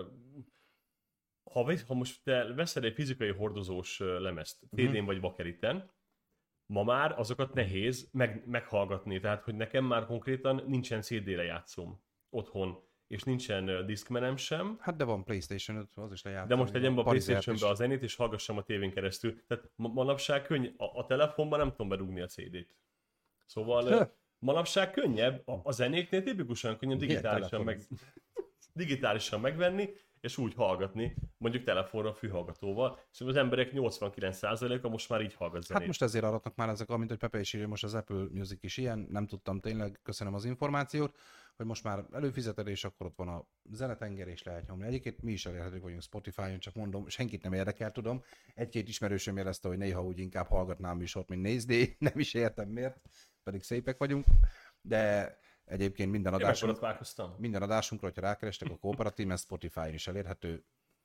ha most te veszed egy fizikai hordozós lemezt, CD-n vagy bakeriten, ma már azokat nehéz meghallgatni, tehát hogy nekem már konkrétan nincsen CD-re játszom otthon, és nincsen Discmanem sem, Hát de van PlayStation 5, az is lejátszom. de most tegyem be a Parizert PlayStation-be a zenét, és hallgassam a tévén keresztül. Tehát manapság könnyű, a telefonban nem tudom bedugni a CD-t. Szóval manapság könnyebb, a zenéknél tipikusan könnyebb digitálisan megvenni, és úgy hallgatni, mondjuk telefonra fülhallgatóval. Szóval az emberek 89%-a most már így hallgat zenét. Hát most ezért aratnak már ezek, amint hogy Pepe is írja, most az Apple Music is ilyen, nem tudtam tényleg, köszönöm az információt, hogy most már előfizeted, és akkor ott van a zenetenger, és lehet nyomni. Egyébként mi is elérhetők vagyunk Spotify-on, csak mondom, senkit nem érdekel, tudom. Egy-két ismerősöm jelezte, hogy néha úgy inkább hallgatnám műsort, mint nézni, nem is értem miért, pedig szépek vagyunk, de egyébként minden adásunkra, hogyha rákerestek a Kooperatív, ez Spotify-on is elérhető.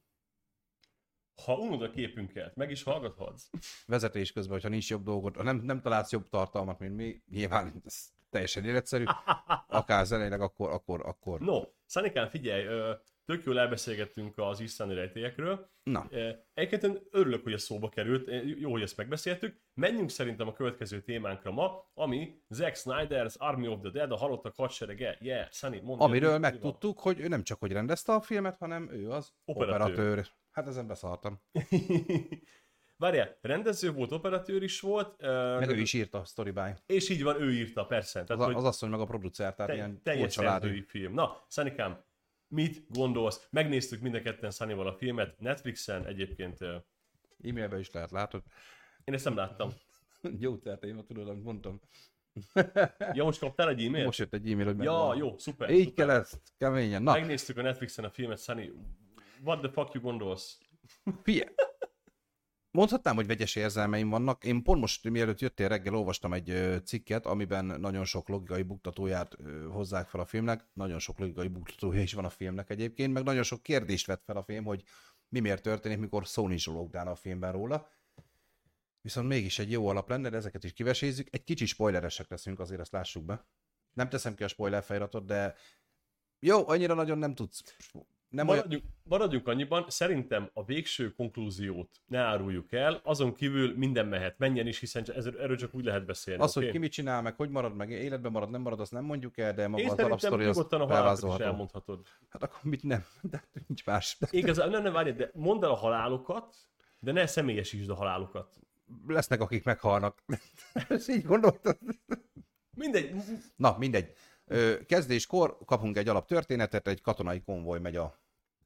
Ha unod a képünket, meg is hallgathatsz. Vezetés közben, hogyha nincs jobb dolgot, nem találsz jobb tartalmat, mint mi, nyilván ez teljesen életszerű, akár zeneileg, akkor. No, Szanikán, figyelj, tök jól elbeszélgettünk az isztáni rejtélyekről. Na. Egyébként örülök, hogy ez szóba került, jó, hogy ezt megbeszéltük. Menjünk szerintem a következő témánkra ma, ami Zack Snyder's Army of the Dead, a halottak hadserege. Yeah, Sunny, mondd. Amiről megtudtuk, hogy ő nem csak hogy rendezte a filmet, hanem ő az operatőr. Hát ezen beszartam. Várjál, rendező volt, operatőr is volt. Meg ő is írta a Storyby. És így van, ő írta, persze. Tehát, az asszony meg a producer, tehát ilyen teljes családi szerzői film. Na, Szanikám, mit gondolsz? Megnéztük mind a ketten Sunnyval a filmet, Netflixen egyébként. E-mailben is lehet, látod? Én ezt nem láttam. Gyógyszertéma, tudod, amit mondtam. Ja, most kaptál egy e-mailt? Most jött egy e-mail, hogy Ja, megvan. jó, szuper. Így szuper. kell ezt, keményen. Na, Megnéztük a Netflixen a filmet, Sunny. What the fuck you gondolsz? figyelj. Mondhatnám, hogy vegyes érzelmeim vannak. Én pont most, mielőtt jöttél reggel, olvastam egy cikket, amiben nagyon sok logikai buktatóját hozzák fel a filmnek. Nagyon sok logikai buktatója is van a filmnek egyébként, meg nagyon sok kérdést vett fel a film, hogy mi miért történik, mikor szó nincs zsológdán a filmben róla. Viszont mégis egy jó alap lenne, de ezeket is kivesézzük. Egy kicsi spoileresek leszünk, azért ezt lássuk be. Nem teszem ki a spoiler feliratot, de jó, annyira nagyon nem tudsz. Maradjunk annyiban, szerintem a végső konklúziót ne áruljuk el, azon kívül minden mehet, menjen is, hiszen erről csak úgy lehet beszélni. Az, okay? hogy ki mit csinál, meg hogy marad, meg életben marad, nem marad, azt nem mondjuk el, de maga Én az alapsztori az nyugodtan a halálokat is felvázolható. elmondhatod. Hát akkor mit nem, de nincs más. Igazán, nem várj, de mondd el a halálokat, de ne személyesítsd a halálokat. Lesznek, akik meghalnak. Ezt így gondoltad? Mindegy. Na, mindegy. Kezdéskor kapunk egy alaptörténetet, egy katonai konvoj megy a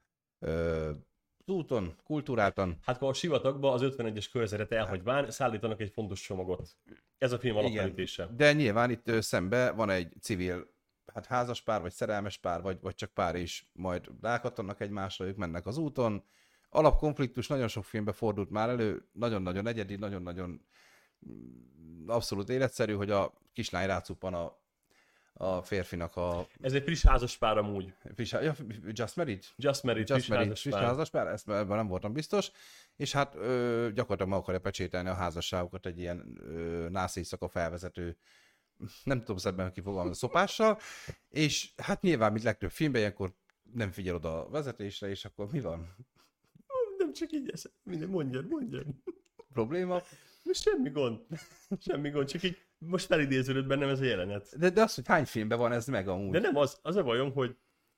úton, kultúráltan. Hát akkor a sivatagba az 51-es körzetet elhagyván szállítanak egy fontos csomagot. Ez a film alapvetítése. De nyilván itt szembe van egy civil, hát házas pár, vagy szerelmes pár, vagy csak pár is, majd rákattannak egymásra, ők mennek az úton. Alapkonfliktus nagyon sok filmben fordult már elő, nagyon-nagyon egyedi, nagyon-nagyon abszolút életszerű, hogy a kislány rácuppan a férfinak a... Ez egy friss házas pár amúgy. Just Married? Just Married, friss házas pár. Ezt ebben nem voltam biztos. És hát gyakorlatilag meg akarja pecsételni a házasságokat egy ilyen nász éjszaka felvezető, nem tudom szebben kifogalmazni, szopással. És hát nyilván, mint legtöbb filmben, ilyenkor nem figyel oda a vezetésre, és akkor mi van? csak így minden mondjan. Probléma? Semmi gond, csak így most felidéződött bennem ez a jelenet. De az, hogy hány filmben van ez meg amúgy? De nem az a bajom, hogy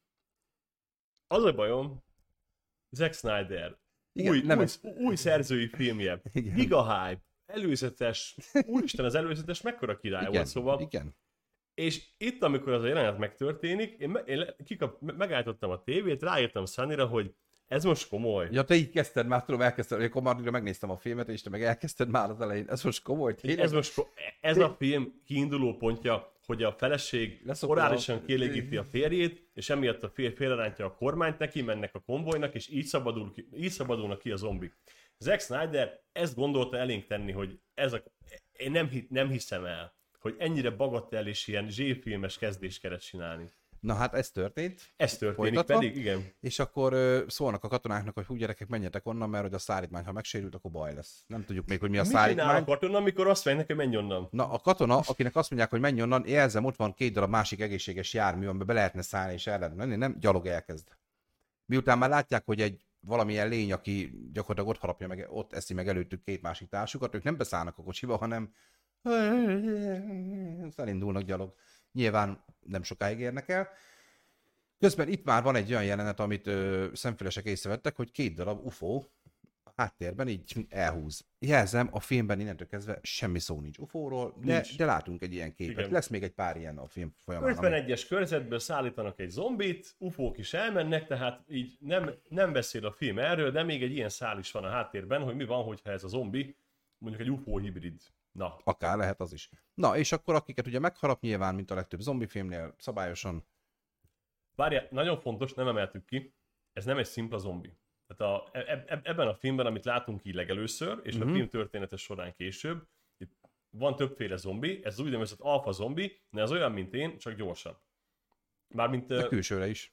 Zack Snyder Igen, új szerzői filmje, Igen. giga hype, előzetes, úristen az előzetes mekkora király volt, szóval. Igen. És itt, amikor az a jelenet megtörténik, én megállítottam a tévét, ráírtam Sunnyra, hogy ez most komoly. Ja, te így kezdted már, tudom, elkezdted, akkor már megnéztem a filmet, és te meg elkezdted már az elején. Ez most komoly? Ez a film kiinduló pontja, hogy a feleség orálisan kielégíti a férjét, és emiatt a férj félrerántja a kormányt neki, mennek a konvojnak, és így szabadulnak ki a zombik. Zack Snyder ezt gondolta elénk tenni, hogy én nem hiszem el, hogy ennyire bagatell és ilyen zsírfilmes kezdést kellett csinálni. Na hát ez történt. Ez történik folytatva, pedig, igen. És akkor szólnak a katonáknak, hogy hú gyerekek, menjetek onnan, mert hogy a szállítmány, ha megsérült, akkor baj lesz. Nem tudjuk még, hogy mi a szállítmány. Mit csinál a katona, amikor azt mondják neki, menj onnan? Na a katona, akinek azt mondják, hogy menj onnan, jelzem, ott van 2 darab másik egészséges jármű, amiben be lehetne szállni és el lehet menni, nem, gyalog elkezd. Miután már látják, hogy egy valamilyen lény, aki gyakorlatilag ott harapja meg, ott eszi meg előttük 2 másik társukat, ők nem beszállnak a kocsiba, hanem elindulnak gyalog. Nyilván nem sokáig érnek el. Közben itt már van egy olyan jelenet, amit szemfülesek észrevettek, hogy 2 darab UFO a háttérben így elhúz. Jelzem, a filmben innentől kezdve semmi szó nincs UFO-ról, de látunk egy ilyen képet. Igen. Lesz még egy pár ilyen a film folyamán. 51-es körzetből szállítanak egy zombit, UFO-k is elmennek, tehát így nem beszél a film erről, de még egy ilyen szál is van a háttérben, hogy mi van, hogyha ez a zombi mondjuk egy UFO hibrid. Na. Akár lehet az is. Na, és akkor akiket ugye megharap nyilván, mint a legtöbb zombifilmnél, szabályosan. Várjál, nagyon fontos, nem emeltük ki, ez nem egy szimpla zombi. Tehát ebben a filmben, amit látunk így legelőször, és a film története során később, itt van többféle zombi, ez az úgynevezett alfa zombi, de ez olyan, mint én, csak gyorsabb. Mármint... De külsőre is.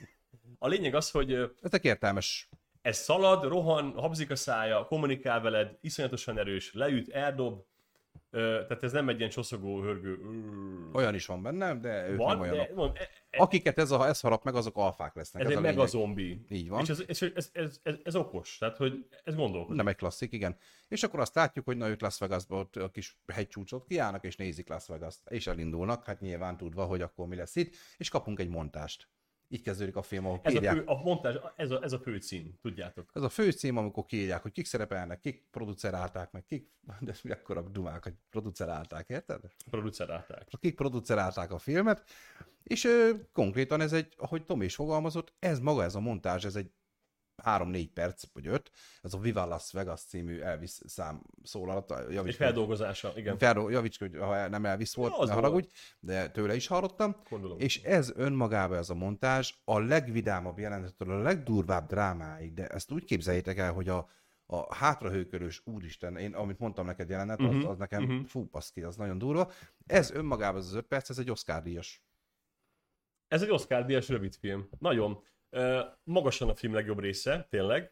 A lényeg az, hogy... Ezek értelmes. Ez szalad, rohan, habzik a szája, kommunikál veled, iszonyatosan erős, leüt, eldob, tehát ez nem egy ilyen csoszogó, hörgő... Olyan is van benne, de ők van, nem olyanok. De, akiket ez harap meg, azok alfák lesznek. Ez egy megazombi. Így van. És ez okos, tehát hogy ez gondolkodik. Nem egy klasszik, igen. És akkor azt látjuk, hogy na ők Las Vegasba ott a kis hegycsúcsot kiállnak, és nézik Las Vegas-t. És elindulnak, hát nyilván tudva, hogy akkor mi lesz itt, és kapunk egy montást. Így kezdődik a film, ahol kiírják. A montázs, ez a fő cím, tudjátok. Ez a fő cím, amikor kiírják, hogy kik szerepelnek, kik producerálták meg, kik, de ekkora dumák, hogy producerálták, érted? Producerálták. Kik producerálták a filmet, és konkrétan ez egy, ahogy Tom is fogalmazott, ez maga, ez a montázs, ez egy 3-4 perc, vagy 5, ez a Viva Las Vegas című Elvis szám szólalat. Egy feldolgozása, igen. Javíts, hogy ha nem Elvis volt, ne haragudj, de tőle is hallottam. Gondolom. És ez önmagában, ez a montázs, a legvidámabb jelenettől a legdurvább drámáig, de ezt úgy képzeljétek el, hogy a hátrahőkörös, úristen, én amit mondtam neked jelenet, az nekem, fú, baszki, az nagyon durva. Ez önmagában az 5 perc, ez egy Oscar-díjas. Ez egy Oscar-díjas rövidfilm. Nagyon. Magasan a film legjobb része, tényleg.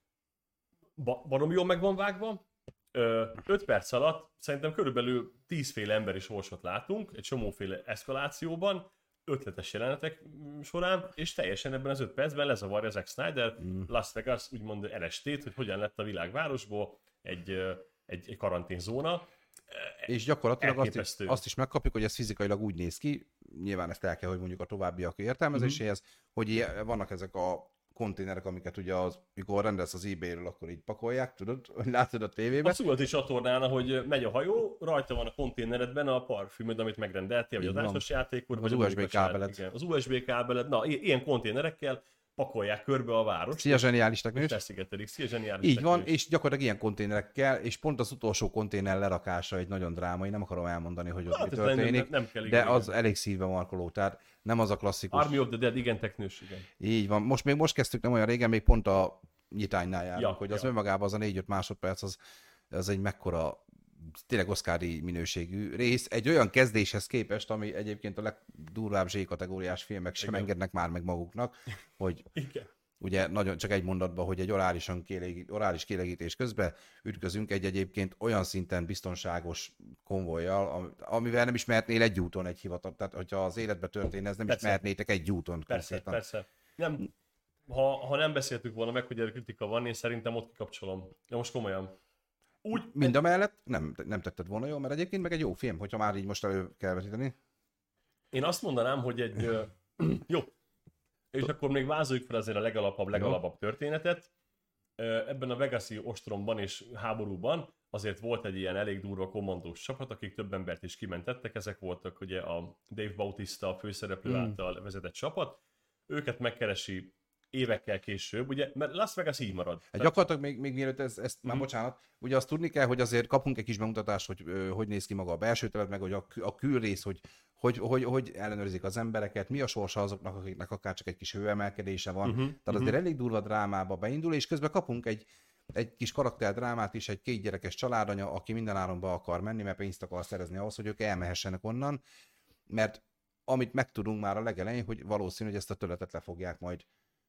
Baromi jól meg van vágva. 5 perc alatt szerintem körülbelül 10 féle emberi sorsot látunk, egy csomóféle eszkalációban, ötletes jelenetek során, és teljesen ebben az 5 percben lezavarja Zack Snyder Las Vegas úgymond LST-t, hogy hogyan lett a világvárosból egy karanténzóna. És gyakorlatilag azt is megkapjuk, hogy ez fizikailag úgy néz ki, nyilván ezt el kell, hogy mondjuk a továbbiak értelmezéséhez, hogy vannak ezek a konténerek, amiket ugye mikor rendelsz az eBay-ről, akkor így pakolják, tudod, hogy látod a tévében. A Szulati csatornán, hogy megy a hajó, rajta van a konténeredben a parfümöd, amit megrendeltél, vagy a társasjátékod, vagy az USB kábeled. Igen, az USB kábeled, na, ilyen konténerekkel pakolják körbe a várost. Szia, zseniális teknős! Feszigetelik, szia, zseniális így van, és gyakorlatilag ilyen konténerekkel, és pont az utolsó konténer lerakása egy nagyon drámai, nem akarom elmondani, hogy ott mi történik, nem kell, de az elég szívbe markoló, tehát nem az a klasszikus. Army of the Dead, igen, teknős, igen. Így van, most kezdtük, nem olyan régen, még pont a nyitánynál járunk, hogy az önmagában az a 4-5 másodperc, az egy mekkora, tényleg Oscar-díj minőségű rész, egy olyan kezdéshez képest, ami egyébként a legdurvább Z-kategóriás filmek sem engednek már meg maguknak, hogy ugye nagyon csak egy mondatban, hogy egy orális kielégítés közben ütközünk egy egyébként olyan szinten biztonságos konvojjal, amivel nem is mehetnél egy úton egy hivatal, tehát hogyha az életbe történne, ez nem is mehetnétek egy úton. Persze. Nem. ha nem beszéltük volna meg, hogy erre kritika van, én szerintem ott kikapcsolom. De most komolyan. Mind a mellett nem tetted volna jól, mert egyébként meg egy jó film, hogyha már így most elő kell vetíteni. Én azt mondanám, hogy egy... jó. És akkor még vázoljuk fel azért a legalapabb történetet. Ebben a Vegasi ostromban és háborúban azért volt egy ilyen elég durva kommandós csapat, akik több embert is kimentettek. Ezek voltak ugye a Dave Bautista főszereplő által vezetett csapat. Őket megkeresi évekkel később, ugye, mert Las Vegas így marad. Gyakorlatilag még mielőtt ezt már bocsánat, ugye azt tudni kell, hogy azért kapunk egy kis bemutatást, hogy néz ki maga a belső terület, meg hogy a külrész, hogy ellenőrzik az embereket, mi a sorsa azoknak, akiknek akár csak egy kis hőemelkedése van. Tehát azért elég durva drámába beindul, és közben kapunk egy kis karakterdrámát is, egy 2 gyerekes családanya, aki mindenáron be akar menni, mert pénzt akar szerezni ahhoz, hogy ők elmehessenek onnan, mert amit megtudunk már a legelején, hogy valószínű, hogy ezt a területet le fogják majd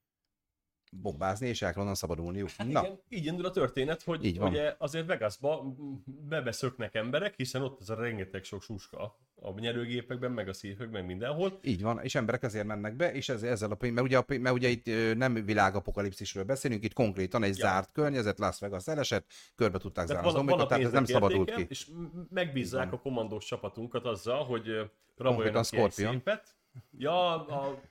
bombázni, és el kell onnan szabadulniuk. Hát igen, így indul a történet, hogy ugye azért Vegasba bebeszöknek emberek, hiszen ott az a rengeteg sok suska a nyerőgépekben, meg a szívekben, mindenhol. Így van, és emberek ezért mennek be, és ezzel a pénz, mert ugye itt nem világapokalipszisről beszélünk, itt konkrétan egy zárt környezet, Las Vegas elesett, körbe tudták zárni az zombikat, tehát ez nem szabadult ki. És megbízzák a kommandós csapatunkat azzal, hogy raboljanak ki egy szépet. Ja,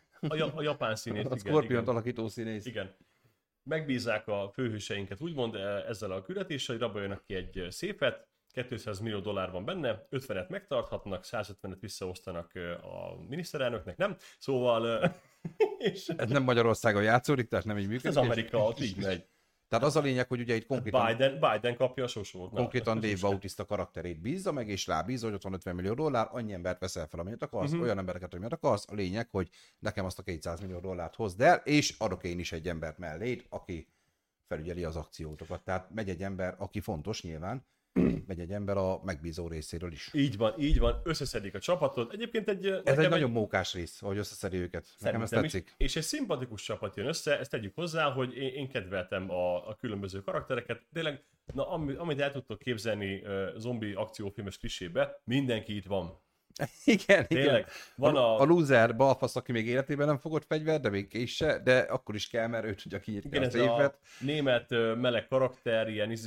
a japán színész. A Scorpiont alakító színész. Igen. Megbízzák a főhőseinket úgymond ezzel a küldetéssel, hogy raboljanak ki egy szépet, $200 millió van benne, 50-et megtarthatnak, 150-et visszaosztanak a miniszterelnöknek, nem? Szóval... és... Ez nem Magyarországon játszódik, tehát nem így működik. Ez Amerika, ott így megy. Tehát az a lényeg, hogy ugye itt konkrétan... Biden kapja a sosót. Konkrétan Dave Bautista karakterét bízza meg, és rábízza, hogy ott van $50 millió, annyi embert veszel fel, amit akarsz, olyan embereket, amit akarsz. A lényeg, hogy nekem azt a $200 millió hozd el, és adok én is egy embert melléd, aki felügyeli az akciótokat. Tehát megy egy ember, aki fontos nyilván, megy egy ember a megbízó részéről is. Így van, összeszedik a csapatot. Egyébként ez egy nagyon mókás rész, ahogy összeszedi őket. Nekem ez tetszik. És egy szimpatikus csapat jön össze, ezt tegyük hozzá, hogy én kedveltem a különböző karaktereket. Tényleg, amit el tudtok képzelni zombi akciófilmes klisébe, mindenki itt van. Igen, tényleg. Igen. Van a loser balfasz, aki még életében nem fogott fegyver, de még késse, de akkor is kell, mert ő tudja kinyitni a szépet. A német meleg karakter, ilyen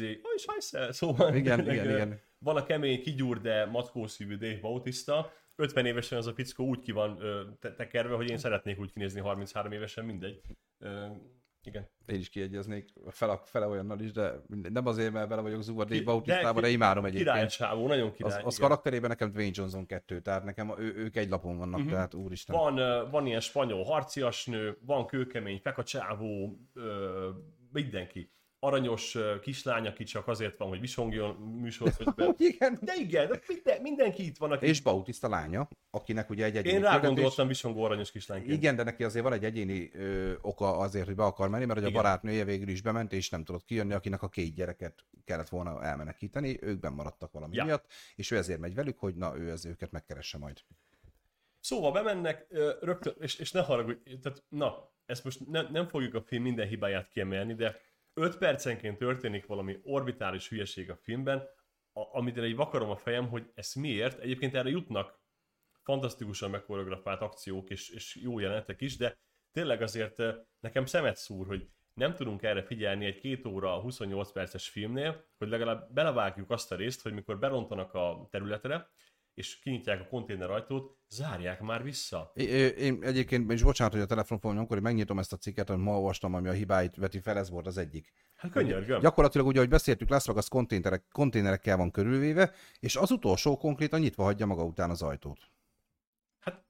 szóval igen. Van a kemény, kigyúr, de mackószívű Dave Bautista. 50 évesen az a fickó úgy ki van tekerve, hogy én szeretnék úgy kinézni 33 évesen, mindegy. Igen. Én is kiegyeznék fele olyannal is, de nem azért, mert vele vagyok zúva Dave Bautistával, de imádom egyébként. Királycsávó, nagyon király. Az karakterében nekem Dwayne Johnson 2, tehát nekem ők egy lapon vannak, tehát úristen. Van ilyen spanyol harciasnő, van kőkemény fekacsávó, mindenki. Aranyos kislány, aki csak azért van, hogy visongjon műsorfőzben. Igen. De igen, mindenki itt van. És Bautista lánya, akinek ugye egy egyéni Én rágondoltam visongó aranyos kislányként. Igen, de neki azért van egy egyéni oka azért, hogy be akar menni, mert a barátnője végül is bement, és nem tudott kijönni, akinek a 2 gyereket kellett volna elmenekíteni, ők benn maradtak valami miatt, és ő ezért megy velük, hogy na, ő őket megkeresse majd. Szóval bemennek, rögtön, és ne haragudj, tehát na, ezt most nem fogjuk a film minden hibáját kiemelni, de 5 percenként történik valami orbitális hülyeség a filmben, amit így vakarom a fejem, hogy ez miért. Egyébként erre jutnak fantasztikusan megkoreografált akciók és jó jelenetek is, de tényleg azért nekem szemet szúr, hogy nem tudunk erre figyelni egy 2 óra 28 perces filmnél, hogy legalább belevágjuk azt a részt, hogy mikor berontanak a területre, és kinyitják a konténerajtót, zárják már vissza. Én egyébként, és bocsánat, hogy a telefon fogom nyomkor, hogy megnyitom ezt a cikket, amit ma olvastam, ami a hibáit veti fel, ez volt az egyik. Hát könyörgöm. Gyakorlatilag ugye, ahogy beszéltük, Las Vegas konténerekkel van körülvéve, és az utolsó konkrétan nyitva hagyja maga után az ajtót. Hát...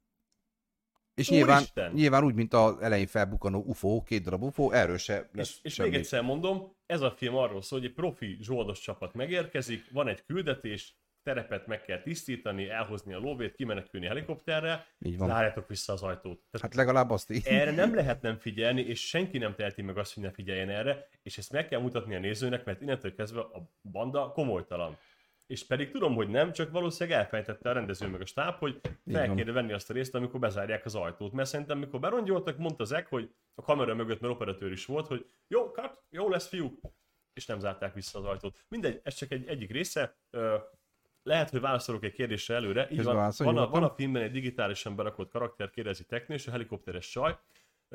És nyilván úgy, mint az elején felbukkanó UFO, 2 darab UFO, erről se lesz és még egyszer mondom, ez a film arról szól, hogy egy profi zsoldos csapat megérkezik, van egy küldetés, terepet meg kell tisztítani, elhozni a lóvét, kimenekülni helikopterrel, zárjátok vissza az ajtót. Tehát hát legalább azt így. Erre nem lehet nem figyelni, és senki nem teheti meg azt, hogy ne figyeljen erre, és ezt meg kell mutatni a nézőnek, mert innentől kezdve a banda komolytalan. És pedig tudom, hogy nem, csak valószínűleg elfejtette a rendező meg a stáb, hogy fel kéne venni azt a részt, amikor bezárják az ajtót. Mert szerintem, amikor berongyoltak, mondta Zek, hogy a kamera mögött, mert operatőr is volt, hogy jó, cut, jó lesz, fiúk, és nem zárták vissza az ajtót. Mindegy, ez csak egyik része. Lehet, hogy válaszolok egy kérdésre előre. Így van a filmben egy digitálisan berakott karakter, kérdezi Teknő, és a helikopteres saj.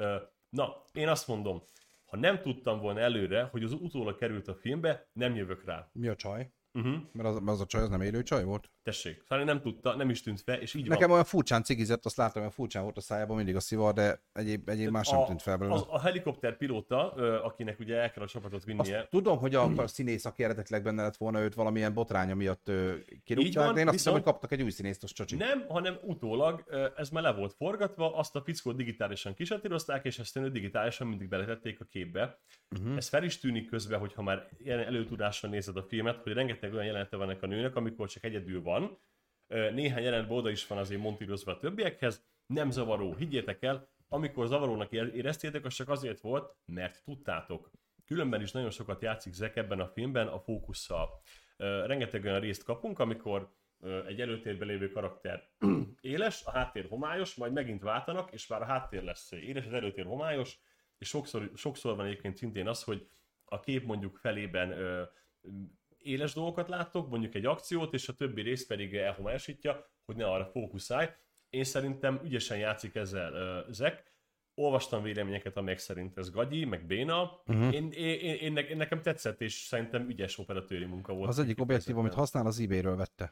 Na, én azt mondom, ha nem tudtam volna előre, hogy az utólag került a filmbe, nem jövök rá. Mi a csaj? Uh-huh. Mert az a csaj, az nem élő csaj volt? Tessék, Fanny nem tudta, nem is tűnt fel, és így Nekem van. olyan furcsán cigizett, azt láttam, hogy furcsán volt a szájában mindig a szivar, de egyéb más nem tűnt fel belőle. A helikopter pilóta, akinek ugye el kell a csapatot vinnie. Azt tudom, hogy a színész, aki eredetileg benne lett volna, őt valamilyen botránya miatt kirúgták, de én azt hiszem, hogy kaptak egy új színészt, az csacsi. Nem, hanem utólag ez már le volt forgatva, azt a fickót digitálisan kisatírozták, és ezt ő digitálisan mindig beletették a képbe. Ez fel is tűnik közben, hogyha már ilyen előtudással nézed a filmet, hogy rengeteg olyan jelenete vannak a nőnek, amikor csak egyedül van. Néhány jelenetben oda is van azért montírozva a többiekhez. Nem zavaró, higgyétek el, amikor zavarónak éreztétek, az csak azért volt, mert tudtátok. Különben is nagyon sokat játszik Zack ebben a filmben a fókusszal. Rengeteg olyan részt kapunk, amikor egy előtérben lévő karakter éles, a háttér homályos, majd megint váltanak, és már a háttér lesz éles, az előtér homályos, és sokszor van egyébként szintén az, hogy a kép mondjuk felében éles dolgokat láttok, mondjuk egy akciót, és a többi rész pedig elhomályosítja, hogy ne arra fókuszálj. Én szerintem ügyesen játszik ezzel Zack. Olvastam véleményeket, amelyek szerint ez gagyi, meg béna. Nekem tetszett, és szerintem ügyes operatőri munka volt. Az egyik objektív, amit használ, az eBay-ről vette.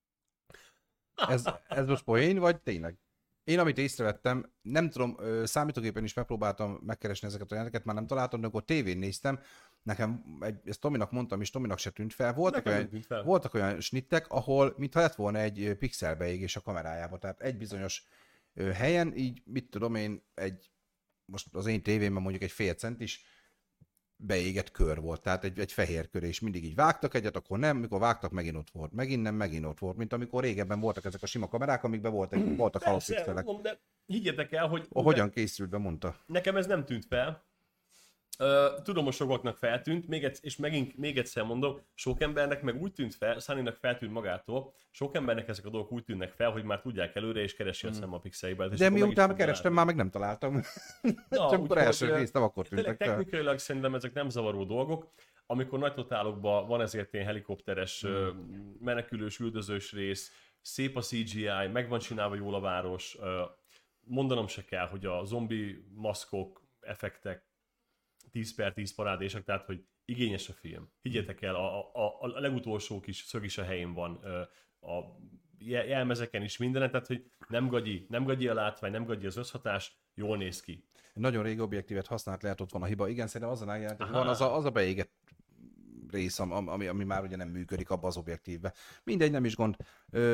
Ez most poén, vagy tényleg? Én, amit észrevettem, nem tudom, számítógépen is megpróbáltam megkeresni ezeket a jeleneteket, már nem találtam, de akkor tévén néztem, nekem, ezt Tominak mondtam, és Tominak se tűnt fel. Voltak olyan snittek, ahol mintha lett volna egy pixelbeégés a kamerájába, tehát egy bizonyos helyen, így mit tudom én, most az én tévémben mondjuk egy fél centis beégett kör volt, tehát egy fehér kör, és mindig így vágtak egyet, akkor nem, mikor vágtak, megint ott volt, megint nem, megint ott volt, mint amikor régebben voltak ezek a sima kamerák, amikben voltak halott pixelek. De higgyétek el, hogy... Hogyan készült be, mondta. Nekem ez nem tűnt fel. Tudom, hogy sokaknak feltűnt, és még egyszer mondom, sok embernek meg úgy tűnt fel, Sunnynak feltűnt magától, sok embernek ezek a dolgok úgy tűnnek fel, hogy már tudják előre, és keresi a szem a pixeleiben. De miután kerestem, már meg nem találtam. Csak amikor első néztem, akkor tűntek fel. Technikailag szerintem ezek nem zavaró dolgok. Amikor nagy totálokban van ezért ilyen helikopteres, menekülős, üldözős rész, szép a CGI, meg van csinálva jól a város, mondanom se kell, hogy a zombi maszkok, effektek, 10x10 parádések, tehát hogy igényes a film. Higgyétek el, a legutolsó kis szög is a helyén van, a jelmezeken is mindenen, tehát hogy nem gagyi a látvány, nem gagyi az összhatás, jól néz ki. Nagyon régi objektívet használt, lehet ott van a hiba. Igen, szerintem azon eljelent, hogy van az a beégett rész, ami már ugye nem működik abba az objektívbe. Mindegy, nem is gond.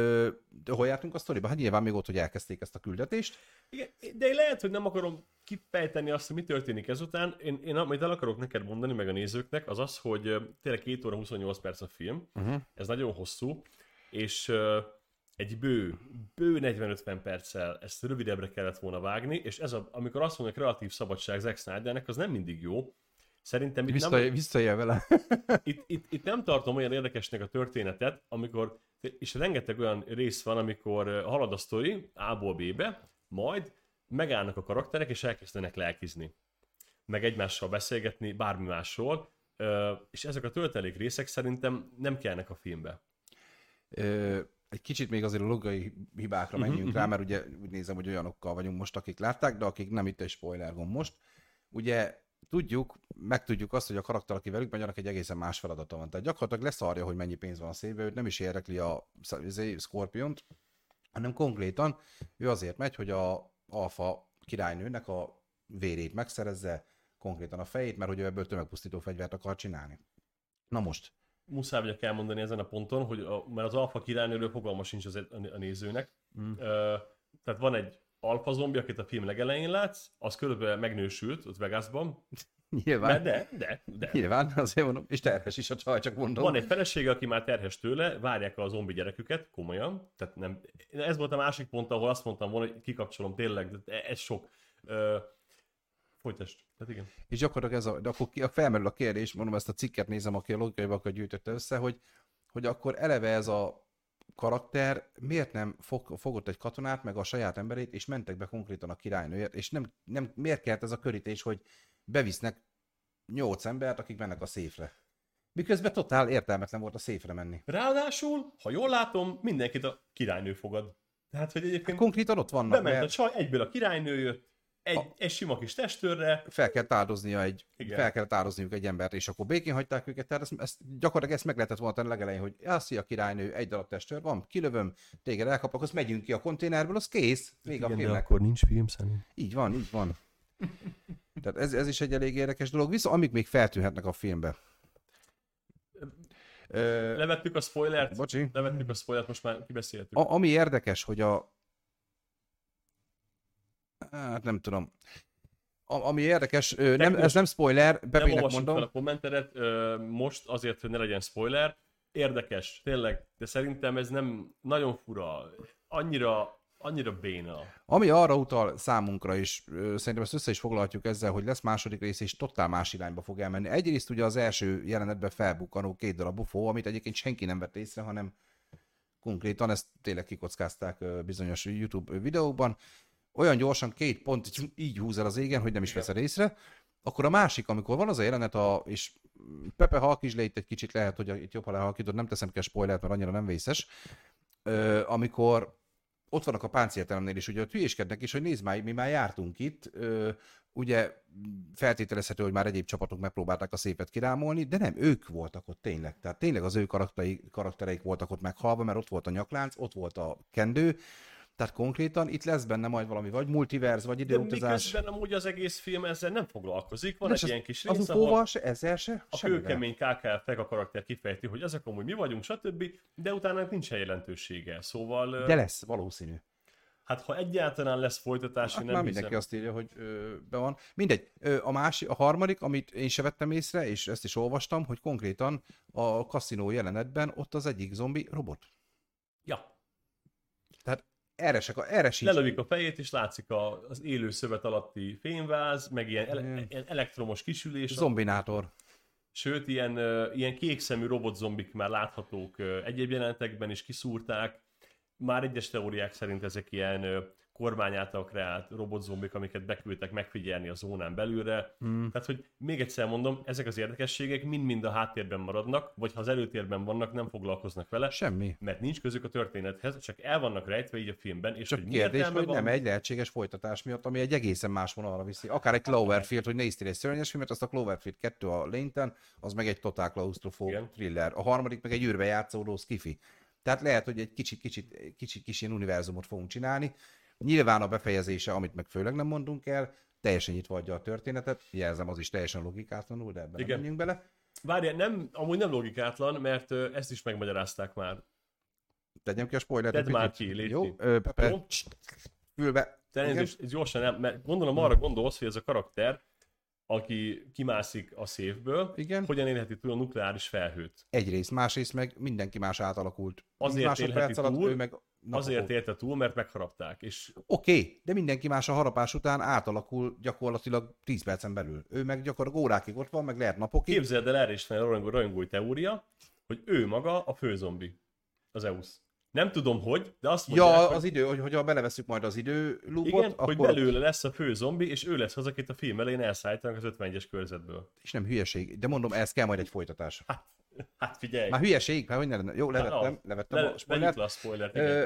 De hol jártunk a sztoriba? Hát nyilván még ott, hogy elkezdték ezt a küldetést. Igen, de lehet, hogy nem akarom kifejteni azt, hogy mi történik ezután. Én amit el akarok neked mondani, meg a nézőknek, az az, hogy tényleg 2 óra 28 perc a film. Ez nagyon hosszú, és egy bő 40-50 perccel ezt rövidebbre kellett volna vágni, és amikor azt mondják, relatív szabadság Zack Snydernek, az nem mindig jó. Szerintem visszaél vele. itt nem tartom olyan érdekesnek a történetet, amikor, és rengeteg olyan rész van, amikor halad a sztori A-ból B-be, majd megállnak a karakterek, és elkezdenek lelkizni. Meg egymással beszélgetni, bármi másról, és ezek a töltelék részek szerintem nem kellnek a filmbe. Egy kicsit még azért a logikai hibákra menjünk rá, mert ugye úgy nézem, hogy olyanokkal vagyunk most, akik látták, de akik nem, itt egy spoiler gomb most. Ugye megtudjuk azt, hogy a karakter, aki velük megy, annak egy egészen más feladata van. Tehát gyakorlatilag leszarja, hogy mennyi pénz van a szévbe, őt nem is érdekli a Scorpiont, hanem konkrétan ő azért megy, hogy a alfa királynőnek a vérét megszerezze, konkrétan a fejét, mert hogy ő ebből tömegpusztító fegyvert akar csinálni. Na most. Muszáj vagyok elmondani ezen a ponton, hogy mert az alfa királynőről fogalma sincs a nézőnek. Tehát van egy alfa zombi, akit a film legelején látsz, az körülbelül megnősült ott Vegasban. Nyilván. De. Nyilván, azért mondom, és terhes is a csaj, csak mondom. Van egy felesége, aki már terhes tőle, várják a zombi gyereküket, komolyan. Tehát nem. Ez volt a másik pont, ahol azt mondtam volna, hogy kikapcsolom tényleg, de ez sok. Folytasd. Tehát igen. És gyakorlatilag de akkor felmerül a kérdés, mondom, ezt a cikket nézem, aki a logikaibakat gyűjtötte össze, hogy akkor eleve ez a karakter miért nem fogott egy katonát, meg a saját emberét, és mentek be konkrétan a királynőért, és nem miért kellett ez a körítés, hogy bevisznek 8 embert, akik mennek a széfre. Miközben totál értelmetlen volt a széfre menni. Ráadásul, ha jól látom, mindenkit a királynő fogad. Tehát, hogy egyébként konkrétan ott vannak. bement a csaj, egyből a királynő jött, egy sima kis testőrre. Fel kellett áldozniuk egy embert, és akkor békén hagyták őket, tehát gyakorlatilag ezt meg lehetett volna tenni legelején, hogy szia királynő, egy darab testőr van, kilövöm, téged elkaplak, azt megyünk ki a konténerből, az kész, vége a filmnek. Akkor nincs film szerint. Így van. Tehát ez is egy elég érdekes dolog, viszont amik még feltűnhetnek a filmbe. Levettük a spoilert? Bocsi. Levettük a spoilert, most már kibeszéltük. Ami érdekes, hogy hát nem tudom. Ami érdekes, ez nem spoiler, Pepének mondom. Fel a kommenteret, most azért, hogy ne legyen spoiler. Érdekes, tényleg, de szerintem ez nem nagyon fura. Annyira béna. Ami arra utal számunkra is, szerintem ezt össze is foglalhatjuk ezzel, hogy lesz második rész, és totál más irányba fog elmenni. Egyrészt ugye az első jelenetben felbukkanó 2 darab bufó, amit egyébként senki nem vett észre, hanem konkrétan ezt tényleg kikockázták bizonyos YouTube videókban. Olyan gyorsan 2 pont így húz el az égen, hogy nem is veszed észre. Akkor a másik, amikor van az a jelenet, és Pepe halkítsd le itt egy kicsit, lehet, hogy itt jobb, ha lehalkítod, nem teszem ki a spoilert, mert annyira nem vészes. Amikor ott vannak a páncélteremnél is, ugye ott hülyéskednek is, hogy nézd már, mi már jártunk itt, ugye feltételezhető, hogy már egyéb csapatok megpróbálták a szépet kirámolni, de nem, ők voltak ott tényleg. Tehát tényleg az ő karaktereik voltak ott meghalva, mert ott volt a nyaklánc, ott volt a kendő, tehát konkrétan itt lesz benne majd valami, vagy multiverz, vagy időutazás. De miközben amúgy az egész film ezzel nem foglalkozik, van egy ilyen kis rész, az UFO-val se, ezzel se, a kőkemény KKF a karakter kifejti, hogy ezek amúgy mi vagyunk, stb., de utána nincs jelentősége, szóval... De lesz, valószínű. Hát ha egyáltalán lesz folytatás, hát nem már hiszem. Mindenki azt írja, hogy be van. Mindegy, a harmadik, amit én se vettem észre, és ezt is olvastam, hogy konkrétan a kaszinó jelenetben ott az egyik zombi robot. Ja. Tehát erre sincs. Lelövik a fejét, és látszik az élő szövet alatti fényváz, meg ilyen elektromos kisülés. Zombinátor. Sőt, ilyen kékszemű robotzombik már láthatók egyéb jelenetekben is kiszúrták. Már egyes teóriák szerint ezek ilyen kormány által kreált robotzombik, amiket beküldtek megfigyelni a zónán belülre. Tehát, hogy még egyszer mondom, ezek az érdekességek mind-mind a háttérben maradnak, vagy ha az előtérben vannak, nem foglalkoznak vele. Semmi. Mert nincs közük a történethez, csak el vannak rejtve így a filmben. És csak hogy kérdés, hogy nem egy lehetséges folytatás miatt, ami egy egészen más vonalra viszi. Akár egy Cloverfield, hogy néztél egy szörnyes filmet, azt a Cloverfield 2 a Lane-ten, az meg egy totál klaustrofób thriller. A harmadik meg egy űrbe játszódó skifi. Tehát lehet, hogy egy kicsit ilyen univerzumot fogunk csinálni. Nyilván a befejezése, amit meg főleg nem mondunk el, teljesen nyitva adja a történetet. Jelzem, az is teljesen logikátlanul, de ebben nem menjünk bele. Várjál, amúgy nem logikátlan, mert ezt is megmagyarázták már. Tegyem ki a spoilert. Tedd már ki, légy jó, Pepe, fülbe. Természetesen gyorsan nem, mert gondolom arra gondolsz, hogy ez a karakter, aki kimászik a széfből, hogyan élheti túl a nukleáris felhőt. Egyrészt, másrészt meg mindenki más átalakult. Azért élheti túl, azért élte túl, mert megharapták. Oké, de mindenki más a harapás után átalakul gyakorlatilag 10 percen belül. Ő meg gyakorlatilag órákig ott van, meg lehet napokig. Képzeld el, erre is van egy rajongói teória, hogy ő maga a főzombi, az EUSZ. Nem tudom, hogy, de azt mondják, ja, az idő, hogy ha beleveszünk majd az időlúpot, igen, akkor... hogy belőle lesz a fő zombi, és ő lesz az, akit a film elején elszállítanak az 51-es körzetből. És nem hülyeség, de mondom, ez kell majd egy folytatás. Hát figyelj! Már hülyeség, már hogy ne lenne. Jó, levettem a spoilert. Le a spoilert, igen.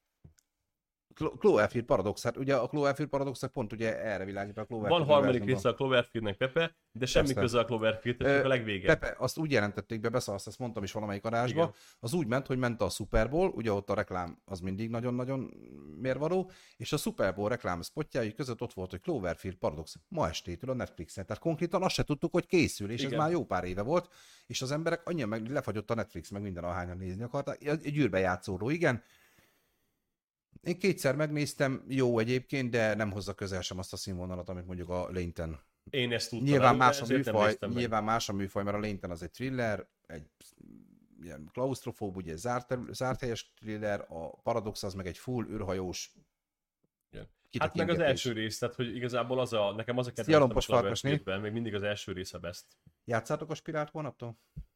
Cloverfield paradox, hát ugye a Cloverfield paradox pont ugye erre világít a Cloverfield. Van harmadik része a Cloverfieldnek, Pepe, de semmi köze a Cloverfield, csak a legvége. Pepe, azt úgy jelentették be, beszarsz, ezt mondtam is valamelyik adásban, igen. Az úgy ment, hogy ment a Super Bowl, ugye ott a reklám az mindig nagyon-nagyon mérvadó, és a Super Bowl reklám spotjai között ott volt, hogy Cloverfield paradox ma estétől a Netflixen. Tehát konkrétan azt se tudtuk, hogy készül, és igen. Ez már jó pár éve volt, és az emberek annyian meg lefagyott a Netflix, meg minden ahányan nézni akarták. Egy űrbe játszódó, igen. Én 2-szer megnéztem, jó egyébként, de nem hozza közel sem azt a színvonalat, amit mondjuk a Lane-ten. Én ezt tudtam. Nyilván más a műfaj, mert a Lane-ten az egy thriller, egy ilyen klaustrofób, ugye zárt helyes thriller, a Paradox az meg egy full űrhajós. Hát meg az első rész, tehát hogy igazából nekem az a kedvencem még mindig az első része best. Játszátok a Spirált holnaptól?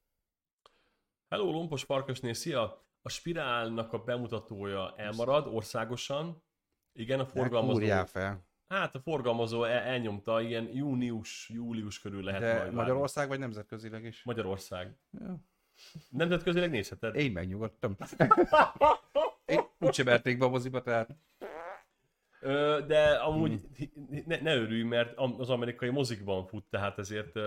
Hello, Lompos Farkasné, szia! A Spirálnak a bemutatója elmarad országosan. Igen, a forgalmazó... fel. Hát a forgalmazó elnyomta, ilyen június körül lehet de majd Magyarország várni. Vagy nemzetközileg is? Magyarország. Ja. Nemzetközileg nézheted? Én megnyugodtam. Én úgyse verték be a moziba, tehát... De amúgy ne örülj, mert az amerikai mozikban fut, tehát ezért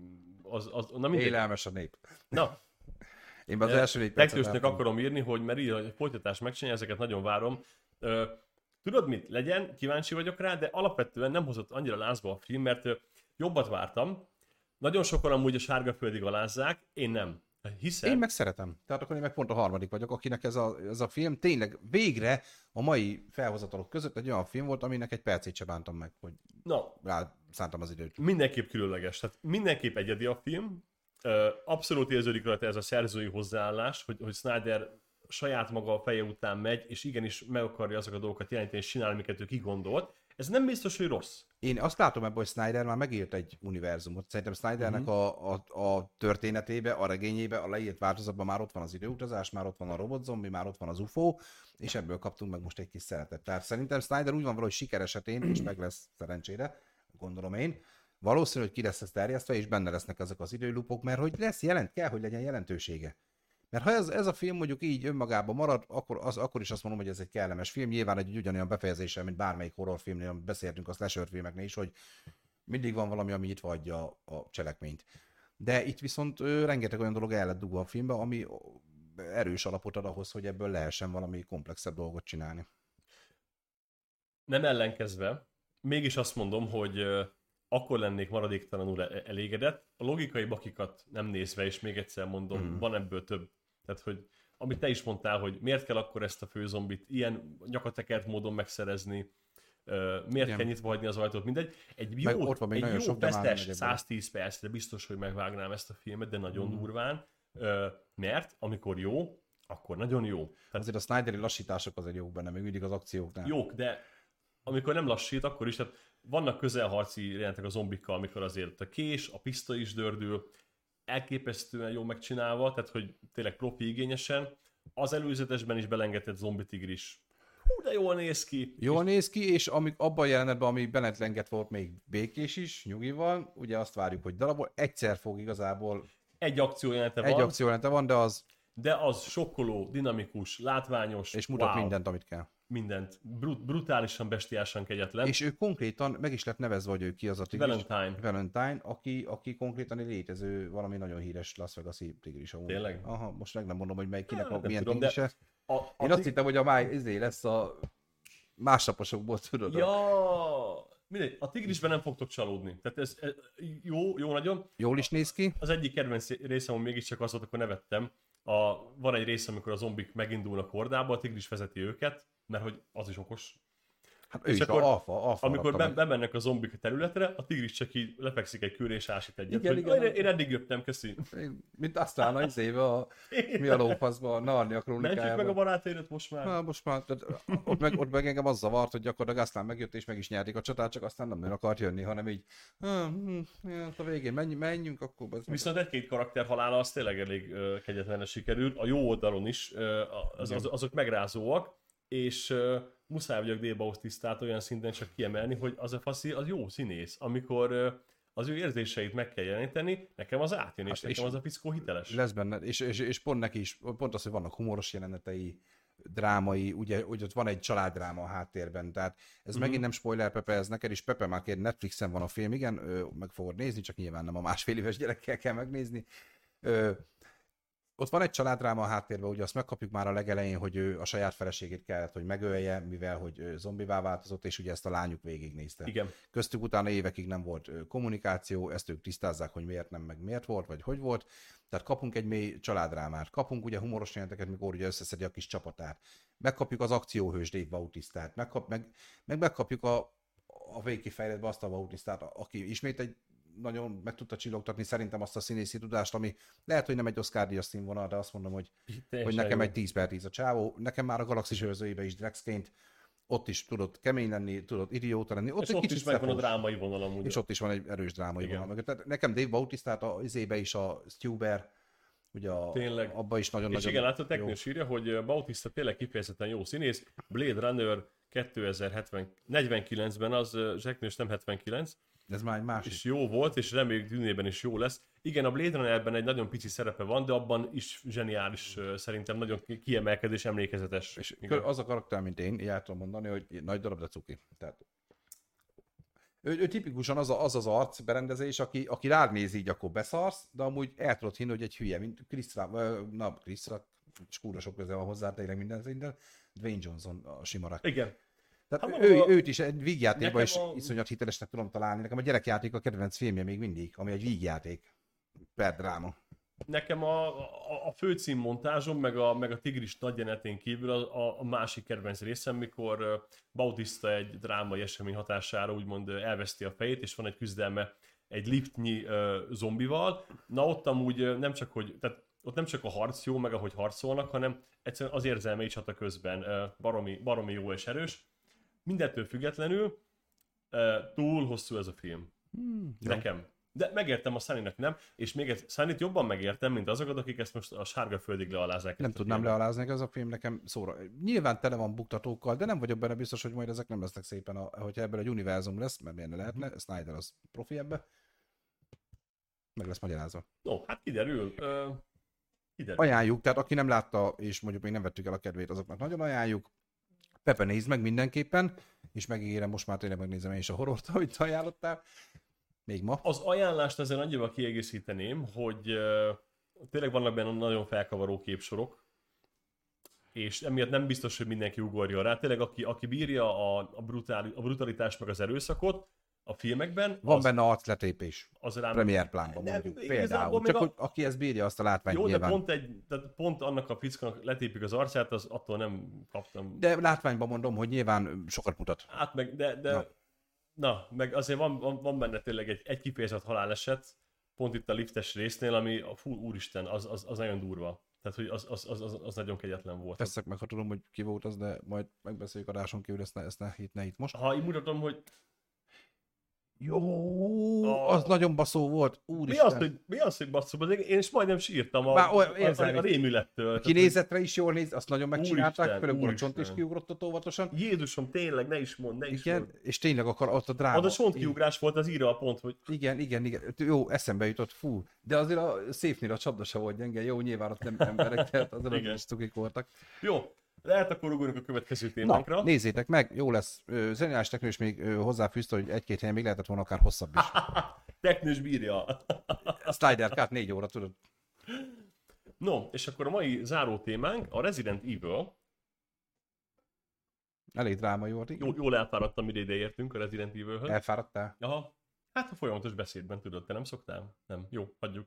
na mindegy. Élelmes a nép. Na, Én az első 4 Teknősnek akarom írni, hogy mert így a folytatást megcsinálja, ezeket nagyon várom. Tudod mit? Legyen, kíváncsi vagyok rá, de alapvetően nem hozott annyira lázba a film, mert jobbat vártam. Nagyon sokan amúgy a sárgaföldig alázzák, én nem. Hiszen... Én meg szeretem. Tehát akkor én meg pont a harmadik vagyok, akinek ez a film tényleg végre a mai felhozatalok között egy olyan film volt, aminek egy percét sem bántam meg, hogy rá szántam az időt. Mindenképp különleges. Tehát mindenképp egyedi a film. Abszolút érződik rajta ez a szerzői hozzáállás, hogy Snyder saját maga a feje után megy, és igenis meg akarja azokat a dolgokat jelenteni, és csinálni, amiket ő kigondolt. Ez nem biztos, hogy rossz. Én azt látom ebben, hogy Snyder már megírt egy univerzumot. Szerintem Snydernek a történetébe, a regényébe, a leírt változatban már ott van az időutazás, már ott van a robotzombi, már ott van az UFO, és ebből kaptunk meg most egy kis szeretet. Tehát szerintem Snyder úgy van valahogy siker esetén, és meg lesz szerencsére, gondolom én, valószínű, hogy ki lesz ez terjesztve, és benne lesznek ezek az időlupok, mert hogy kell, hogy legyen jelentősége. Mert ha ez a film mondjuk így önmagában marad, akkor is azt mondom, hogy ez egy kellemes film. Nyilván egy ugyanolyan befejezéssel, mint bármelyik horrorfilmnél, amit beszéltünk a slasher filmeknél is, hogy mindig van valami, ami itt adja a cselekményt. De itt viszont rengeteg olyan dolog el lett dugva a filmbe, ami erős alapot ad ahhoz, hogy ebből lehessen valami komplexebb dolgot csinálni. Nem ellenkezve, mégis azt mondom, hogy akkor lennék maradéktalanul elégedett. A logikai bakikat nem nézve, és még egyszer mondom, van ebből több. Tehát, hogy amit te is mondtál, hogy miért kell akkor ezt a főzombit ilyen nyakatekert módon megszerezni, miért kell nyitva hagyni az ajtót, mindegy. Egy jó fesztes 110 percre biztos, hogy megvágnám ezt a filmet, de nagyon durván, mert amikor jó, akkor nagyon jó. Tehát azért a Snyderi lassítások azért jók benne, még mindig az akcióknál. Jók, de amikor nem lassít, akkor is, tehát vannak közelharci jelentek a zombikkal, amikor azért a kés, a pisztoly is dördül, elképesztően jól megcsinálva, tehát hogy tényleg profi igényesen. Az előzetesben is belengedett zombitigris. Hú, de jól néz ki! Jól néz ki, és abban a jelenetben, ami belengedett volt még békés is, nyugival, ugye azt várjuk, hogy darabol, egyszer fog igazából... Egy akciójelente van, de az... De az sokkoló, dinamikus, látványos. És mutat mindent, amit kell. Mindent. Brutálisan, bestiásan kegyetlen. És ő konkrétan meg is lett nevezve, hogy ő ki az a tigris. Valentine, aki konkrétan egy létező, valami nagyon híres Las Vegas-i tigris. Tényleg? Aha, most meg nem mondom, hogy kinek milyen tigrise. Én azt hittem, hogy a lesz a másnaposokból, tudod. Ja, mindegy, a tigrisben nem fogtok csalódni. Tehát ez jó nagyon. Jól is néz ki. Az egyik kedvenc részem, hogy mégiscsak az volt, akkor nevettem. Van egy rész, amikor a zombik megindulnak hordába, a tigris vezeti őket, mert hogy az is okos. Hát ő is alfa amikor bemennek a zombik a területre, a tigris csak így lefekszik egy kőre és ásít egyet. Igen. Én eddig jöttem, köszi. Mint aztán az éve mi a lófaszba, a Narnia krónikájában. Mentsük meg a barátaidat most már. Na, most már, ott meg engem az zavart, hogy gyakorlatilag aztán megjött és meg is nyerték a csatát, csak aztán nem akart jönni, hanem így a végén menjünk, akkor... Viszont egy-két karakter halála az tényleg elég kegyetlenül sikerül. A jó oldalon is, azok megrázóak, és muszáj vagyok Dave Bautistát olyan szinten csak kiemelni, hogy az a faszi az jó színész, amikor az ő érzéseit meg kell jeleníteni, nekem az átjön, és nekem az a fickó hiteles. Lesz benne, és pont neki is, pont az, hogy vannak humoros jelenetei, drámai, ugye ott van egy családdráma a háttérben, tehát ez megint nem spoiler, Pepe, ez neked is, Pepe már Netflixen van a film, igen, meg fogod nézni, csak nyilván nem a másfél éves gyerekkel kell megnézni. Ott van egy családráma a háttérben, ugye azt megkapjuk már a legelején, hogy ő a saját feleségét kellett, hogy megölje, mivel hogy zombivá változott, és ugye ezt a lányuk végignézte. Igen. Köztük utána évekig nem volt kommunikáció, ezt ők tisztázzák, hogy miért nem, meg miért volt, vagy hogy volt. Tehát kapunk egy mély családrámát, kapunk ugye humoros jelenteket, mikor ugye összeszedi a kis csapatát. Megkapjuk az akcióhős Dave Bautistát, megkapjuk a végkifejletbe azt a Bautistát, aki ismét egy nagyon meg tudta csillogtatni szerintem azt a színészi tudást, ami lehet, hogy nem egy Oscar-díjas színvonal, de azt mondom, hogy nekem egy 10/10 a csávó. Nekem már a Galaxis őrzőibe is Drexként, ott is tudott kemény lenni, tudott idióta lenni. Ott, és ott is megvan a drámai vonal amúgy. És ott is van egy erős drámai vonal. Tehát nekem Dave Bautistát az izébe is a Stuber, ugye abba is nagyon-nagyon. És igen, látod, Teknős írja, hogy Bautista tényleg kifejezetten jó színész. Blade Runner 2049-ben az Teknős nem 79. Ez már egy másik. És jó volt, és reméljük Dűnében is jó lesz. Igen, a Blade Runnerben egy nagyon pici szerepe van, de abban is zseniális, szerintem nagyon kiemelkedő és emlékezetes. És igen. az a karakter, mint én, így el tudom mondani, hogy nagy darab, de cuki. Tehát ő tipikusan az arc berendezés, aki rád néz így, akkor beszarsz, de amúgy el tudod hinni, hogy egy hülye, mint Chris Rock, skúra sok köze van hozzá, tényleg minden szinten, Dwayne Johnson a simarak. Igen. Tehát Hát őt is egy vígjátékban is nekem iszonyat hitelesnek tudom találni. Nekem a gyerekjáték a kedvenc filmje még mindig, ami egy vígjáték per dráma. Nekem a főcím montázsom, meg a Tigris nagyjenetén kívül a másik kedvenc részem, mikor Bautista egy drámai esemény hatására úgymond elveszti a fejét, és van egy küzdelme egy liftnyi zombival. Na ott amúgy nem csak, hogy, tehát ott nem csak a harc jó, meg ahogy harcolnak, hanem egyszerűen az érzelmei csata közben baromi jó és erős. Mindettől függetlenül túl hosszú ez a film. Nekem. De megértem, a Sunny-nek nem, és még egy Sunny-t jobban megértem, mint azokat, akik ezt most a sárga földig lealázzák. Nem tudnám lealázni, ez a film nekem szóra. Nyilván tele van buktatókkal, de nem vagyok benne biztos, hogy majd ezek nem lesznek szépen, hogyha ebből egy univerzum lesz, mert milyen lehetne, Snyder az profi ebbe, meg lesz magyarázva. No, hát kiderül. Ajánljuk, tehát aki nem látta, és mondjuk még nem vettük el a kedvét, azoknak nagyon ajánljuk. Pepe, nézd meg mindenképpen, és megígérem, most már tényleg megnézem én is a horrort, amit ajánlottál. Még ma. Az ajánlást azért annyival kiegészíteném, hogy tényleg vannak benne nagyon felkavaró képsorok, és emiatt nem biztos, hogy mindenki ugorja rá. Tényleg aki bírja a brutalitást meg az erőszakot a filmekben... Van benne arcletépés. Az Premier plánban mondjuk. Például. Csak aki ezt bírja, azt a látványt jó, nyilván. de pont annak a fickának letépik az arcát, az attól nem kaptam. De látványban mondom, hogy nyilván sokat mutat. Hát meg, Na, meg azért van benne tényleg egy kifejezett haláleset, pont itt a liftes résznél, ami, úristen, az nagyon durva. Tehát, hogy az nagyon kegyetlen volt. Teszek meg, ha tudom, hogy ki volt az, de majd megbeszéljük adáson kívül, ezt ne itt most. Ha így mutatom, hogy... Jó, az nagyon baszó volt, úristen. Mi az, hogy baszó? Én is majdnem sírtam a rémülettől. Kinézetre is jól néz, azt nagyon megcsinálták, főleg a csont is kiugrottat óvatosan. Jézusom, tényleg, ne is mondd. Igen, és tényleg ott a dráma. Az a csontkiugrás volt, az írja a pont, hogy... Igen. Jó, eszembe jutott, fú. De azért a Szépnél a csapda se volt gyenge, jó, nyilván ott nem emberek, tehát azért is cukik voltak. Jó. Lehet akkor ugorjunk a következő témánkra. Na, nézzétek meg, jó lesz. Zseniális Teknős még hozzáfűzte, hogy egy-két helyen még lehetett volna akár hosszabb is. Teknős bírja. A Slider Cut 4 óra, tudod. No, és akkor a mai záró témánk a Resident Evil. Elég drámai volt. Jól elfáradtam, mire ide értünk a Resident Evilhöz. Elfáradtál? Aha. Hát a folyamatos beszédben, tudod, te nem szoktál? Nem. Jó, hagyjuk.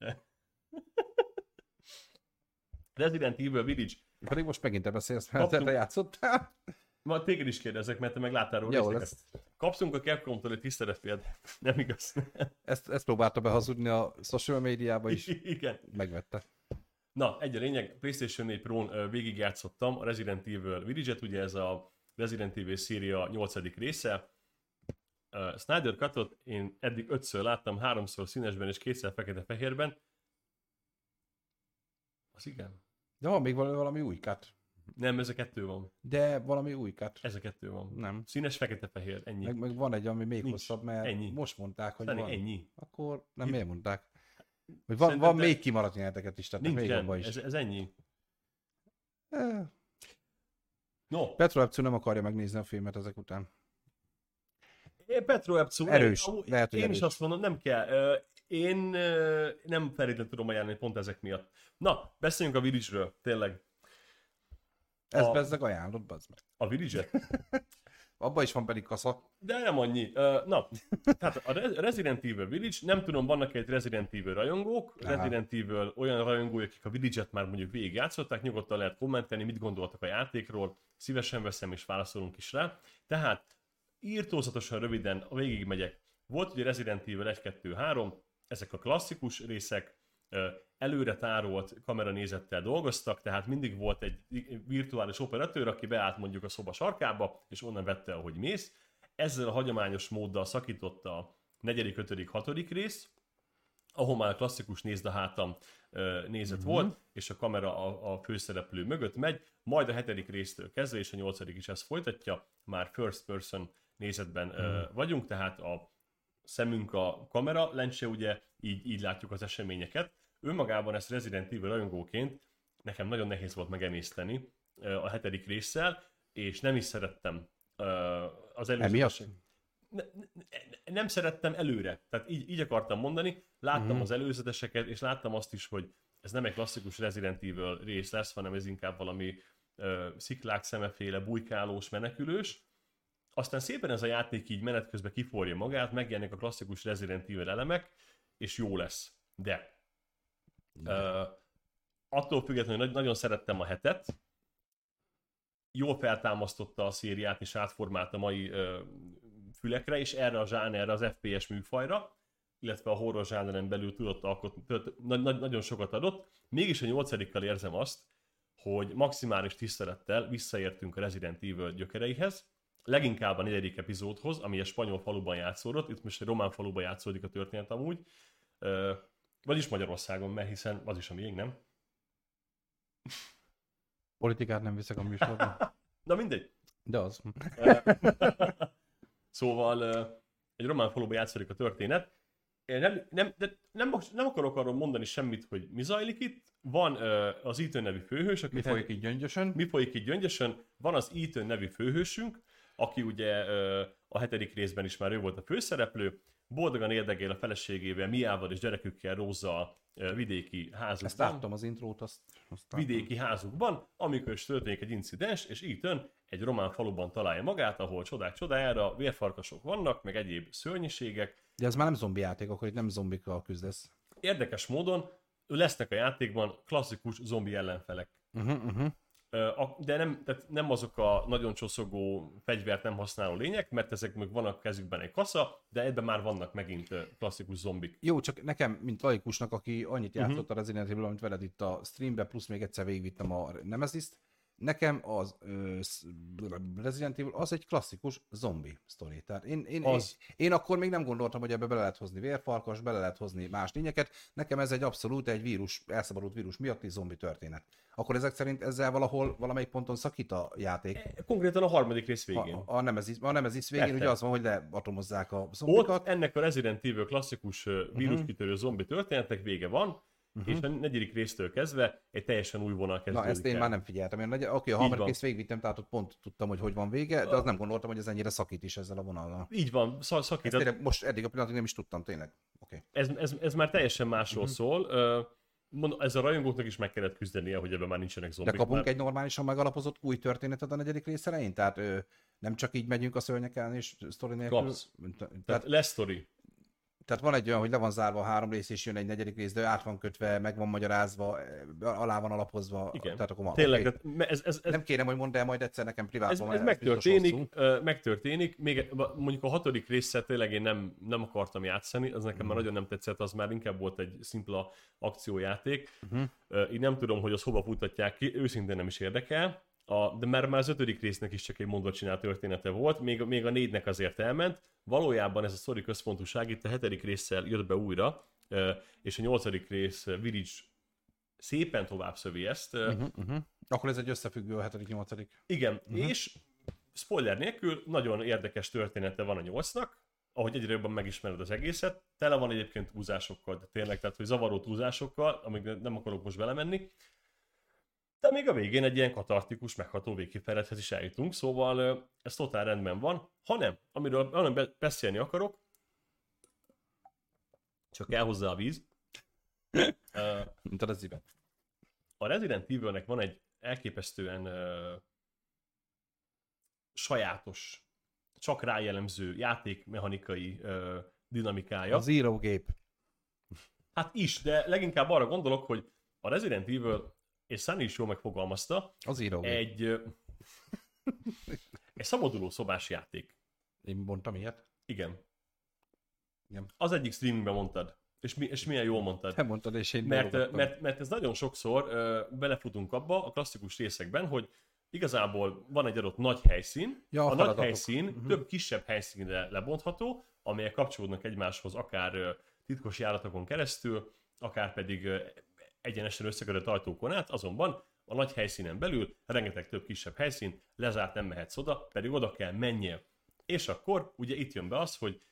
Resident Evil Village. Pedig most megint te beszélsz, mert te játszottál. Ma téged is kérdezek, mert te meg láttál róla. Jó lesz. Kapszunk a Capcom-tól egy tiszteletfélt. Nem igaz. Ezt próbálta behazudni a social médiába is. Igen. Megvette. Na, egy a lényeg, PlayStation 4 Pro-n végigjátszottam a Resident Evil Village-et, ugye ez a Resident Evil széria 8. része. Snyder Cut-ot én eddig 5-ször láttam, 3-szor színesben és 2-szer fekete-fehérben. Az igen. De van még valami új cut. Nem, ez a 2 van. De valami új cut. Ez a 2 van. Nem. Színes, fekete-fehér, ennyi. Meg van egy, ami még Nincs. hosszabb, mert Ennyi. most mondták, hogy Szállni, van. ennyi. Akkor nem miért mondták? Hogy Szerintem van még kimaradt jeleneteket is, tehát még Nincsen, abban is. ez ennyi. No. Petro Epcu nem akarja megnézni a filmet ezek után. Petro Epcu. Erős. Lehet, hogy én erős. is azt mondom, nem kell. Én nem feltétlenül tudom ajánlani pont ezek miatt. Na, beszéljünk a Village-ről, tényleg. Ez bezzeg ajánlott, bazd meg. A Village-et? Abban is van pedig kasza. De nem annyi. Na, tehát a Resident Evil Village, nem tudom, vannak egy Resident Evil rajongók, Resident Evil olyan rajongók, akik a Village-et már mondjuk végigjátszották, nyugodtan lehet kommentelni, mit gondoltak a játékról, szívesen veszem és válaszolunk is rá. Tehát írtózatosan röviden végigmegyek. Volt ugye Resident Evil 1, 2, 3, ezek a klasszikus részek, előre tárolt kameranézettel dolgoztak, tehát mindig volt egy virtuális operatőr, aki beállt mondjuk a szoba sarkába, és onnan vette, ahogy mész. Ezzel a hagyományos móddal szakította a 4., 5., 6. rész, ahol már a klasszikus nézd a hátam nézet volt, és a kamera a főszereplő mögött megy, majd a 7. résztől kezdve, és a 8. is ezt folytatja, már first person nézetben vagyunk, tehát a szemünk a kamera lencse ugye, így látjuk az eseményeket. Önmagában ezt Resident Evil rajongóként nekem nagyon nehéz volt megemészteni a 7. résszel, és nem is szerettem az előzetesek. Nem szerettem előre. Tehát így akartam mondani. Láttam az előzeteseket, és láttam azt is, hogy ez nem egy klasszikus Resident Evil rész lesz, hanem ez inkább valami sziklák szemeféle, bujkálós, menekülős. Aztán szépen ez a játék így menet közben kiforja magát, megjelennek a klasszikus Resident Evil elemek, és jó lesz. De attól függetlenül, hogy nagyon szerettem a 7-et, jól feltámasztotta a szériát, és átformált a mai fülekre, és erre a zsánerre, az FPS műfajra, illetve a horror zsáneren belül tudott alkotni, nagyon sokat adott. Mégis a 8-kal érzem azt, hogy maximális tisztelettel visszaértünk a Resident Evil gyökereihez, leginkább a 4. epizódhoz, ami a spanyol faluban játszódott, itt most egy román faluban játszódik a történet amúgy, vagyis Magyarországon, mert hiszen az is a miénk, nem? Politikát nem viszek a műsorba. Na mindegy. De az. Szóval egy román faluban játszódik a történet. Nem akarok arról mondani semmit, hogy mi zajlik itt. Van az Ethan nevű főhős, aki... Mi folyik így gyöngyösön? Van az Ethan nevű főhősünk, aki ugye a 7. részben is már ő volt a főszereplő. Boldogan érdegél a feleségével, Miával és gyerekükkel Róza a vidéki házukban. Ezt láttam az intrót, azt vidéki házukban, amikor is történik egy incidens, és Ethan egy román faluban találja magát, ahol csodák csodájára vérfarkasok vannak, meg egyéb szörnyiségek. De ez már nem zombi játék, akkor itt nem zombikkal küzdesz. Érdekes módon lesznek a játékban klasszikus zombi ellenfelek. De nem azok a nagyon csoszogó, fegyvert nem használó lények, mert ezek meg vannak kezükben egy kasza, de ebben már vannak megint klasszikus zombik. Jó, csak nekem, mint laikusnak, aki annyit játszott a Resident Evil, amit veled itt a streambe, plusz még egyszer végigvittem a Nemesis-t, nekem az Resident Evil az egy klasszikus zombi sztori. Tehát én akkor még nem gondoltam, hogy ebbe bele lehet hozni vérfarkas, bele lehet hozni más lényeket. Nekem ez egy abszolút egy vírus, elszabadult vírus miatti zombi történet. Akkor ezek szerint ezzel valahol valamelyik ponton szakít a játék. Konkrétan a 3. rész végén. A Nemesis végén ugye az van, hogy leatomozzák a zombikat. Ott ennek a Resident Evil klasszikus víruskitörő zombi történetek vége van, és a 4. résztől kezdve egy teljesen új vonal kezdődik. Na, ezt én már nem figyeltem. Oké, a 3. rész végigvittem, tehát ott pont tudtam, hogy van vége, de azt nem gondoltam, hogy ez ennyire szakít is ezzel a vonallal. Így van, szakít. Tényleg, most eddig a pillanatig nem is tudtam, tényleg. Okay. Ez már teljesen másról szól. Ez a rajongóknak is meg kellett küzdenie, hogy ebben már nincsenek zombik. De kapunk egy normálisan megalapozott új történetet a 4. rész elején? Tehát nem csak így megyünk a szörnyeken és sztori nélkül? Kapsz. Tehát lesz sztori. Tehát van egy olyan, hogy le van zárva a 3 rész, és jön egy 4. rész, de át van kötve, meg van magyarázva, alá van alapozva. Igen. Tehát akkor van. Tényleg, okay. ez nem kérem, hogy mondd el majd egyszer nekem privátban. Ez megtörténik. Még mondjuk a 6. résszel tényleg én nem akartam játszani, az nekem már nagyon nem tetszett, az már inkább volt egy szimpla akciójáték. Így nem tudom, hogy azt hova futatják ki, őszintén nem is érdekel. De már az 5. résznek is csak egy mondva csinált története volt, még a 4-nek azért elment. Valójában ez a sztori központúság itt a 7. résszel jött be újra, és a 8. rész Village szépen tovább szövi ezt. Akkor ez egy összefüggő a 7.-8. Igen, és spoiler nélkül nagyon érdekes története van a 8-nak, ahogy egyre jobban megismered az egészet. Tele van egyébként túlzásokkal, de tényleg, tehát hogy zavaró túlzásokkal, amíg nem akarok most belemenni. De még a végén egy ilyen katartikus, megható végkifejlethez is eljutunk, szóval ez totál rendben van. Hanem, amiről beszélni akarok, csak kell hozzá a víz. Mint a zibet. A Resident Evilnek van egy elképesztően sajátos, csak rájellemző játékmechanikai dinamikája. A Zero Gate. Hát is, de leginkább arra gondolok, hogy a Resident Evil, és Sunny is jól megfogalmazta, az egy szabaduló szobás játék. Én mondtam ilyet? Igen. Az egyik streamingben mondtad. És milyen jól mondtad. Te mondtad, és én mert ez nagyon sokszor belefutunk abba a klasszikus részekben, hogy igazából van egy adott nagy helyszín, a nagy helyszín több kisebb helyszínre lebontható, amelyek kapcsolódnak egymáshoz akár titkos járatokon keresztül, akár pedig egyenesen összekötött ajtókon át, azonban a nagy helyszínen belül rengeteg több kisebb helyszín, lezárt nem mehetsz oda, pedig oda kell menjél. És akkor ugye itt jön be az, hogy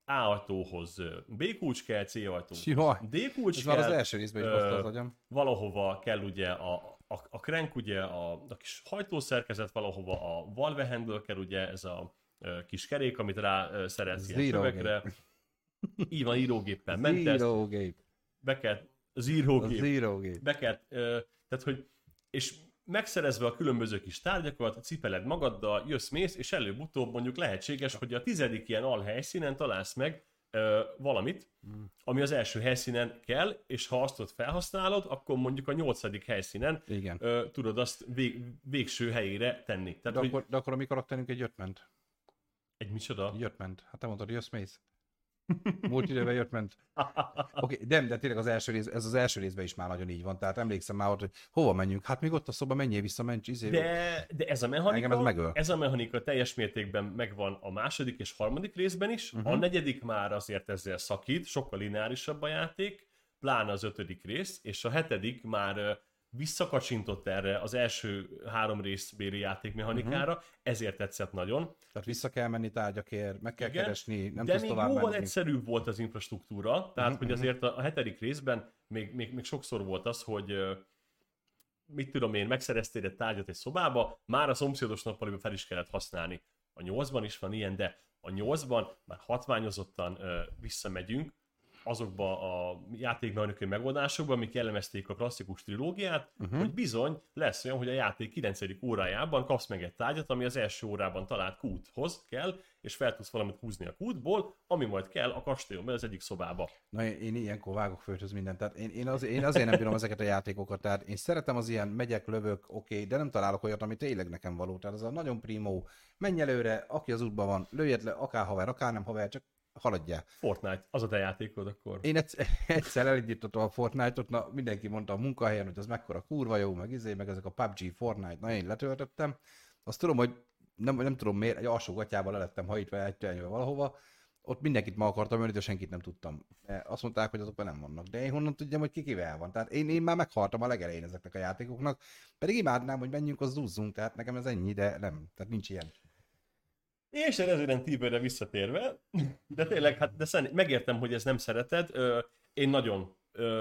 A-ajtóhoz B kulcs kell, C-ajtóhoz Jaj, D kulcs ez kell. már az első részben is hozta az agyam. Valahova kell ugye a crank, ugye a kis hajtószerkezet, valahova a valve handle kell, ugye ez a kis kerék, amit rá szeretsz ilyen csövekre. Így van, írógéppel ment ezt. Zero gate. Be kell, zero gate. Be kell, tehát hogy, és megszerezve a különböző kis tárgyakat, cipeled magaddal, jössz-mész, és előbb-utóbb mondjuk lehetséges, hogy a 10. ilyen alhelyszínen találsz meg valamit, ami az első helyszínen kell, és ha azt ott felhasználod, akkor mondjuk a 8. helyszínen tudod azt végső helyére tenni. Tehát, de akkor a mi karakterünk egy ment. Egy micsoda? Ment. Hát te mondtad, jössz-mész. Múlt időben jött-ment. Oké, de tényleg ez az első részben is már nagyon így van. Tehát emlékszem már ott, hogy hova menjünk. Hát még ott a szoba, menjél vissza, menj. De ez a mechanika teljes mértékben megvan a második és harmadik részben is. A negyedik már azért ezzel szakít, sokkal lineárisabb a játék, pláne az 5. rész, és a 7. már visszakacsintott erre az első 3 részbéli játékmechanikára, ezért tetszett nagyon. Tehát vissza kell menni tárgyakért, meg kell keresni, nem de tudsz még tovább jóval menni. egyszerűbb volt az infrastruktúra, tehát hogy azért a 7. részben még sokszor volt az, hogy mit tudom én, megszereztél egy tárgyat egy szobába, már a szomszédos nappaliba fel is kellett használni. A 8-ban is van ilyen, de a 8-ban már hatványozottan visszamegyünk azokba a játékmechanikai megoldásokba, amik jellemezték a klasszikus trilógiát, hogy bizony lesz olyan, hogy a játék 9. órájában kapsz meg egy tárgyat, ami az első órában talált kúthoz kell, és fel tudsz valamit húzni a kútból, ami majd kell a kastélyon belül az egyik szobába. Na én ilyenkor vágok földhöz mindent, tehát én azért nem bírom ezeket a játékokat, tehát én szeretem az ilyen megyek, lövök, oké, de nem találok olyat, ami tényleg nekem való, tehát ez a nagyon primo, menj előre, aki az útban van, lőjed le, akár haver, akár nem haver, csak haladjál. Fortnite, az a te játékod akkor. Én egyszer elindítottam a Fortnite-ot, na mindenki mondta a munkahelyen, hogy az mekkora kurva jó, meg ezek a PUBG, Fortnite, na én letöltöttem. Azt tudom, hogy nem tudom miért, egy alsó gatyával le lettem hajítva egy valahova, ott mindenkit ma akartam ölni, de senkit nem tudtam. Azt mondták, hogy azok nem vannak. De én honnan tudjam, hogy ki kivel van. Tehát én már meghaltam a legelején ezeknek a játékoknak, pedig imádnám, hogy menjünk, az dúzzunk, tehát nekem ez ennyi, de nem, tehát nincs ilyen. És a Resident Evil-re visszatérve, de tényleg, hát de megértem, hogy ez nem szereted, én nagyon,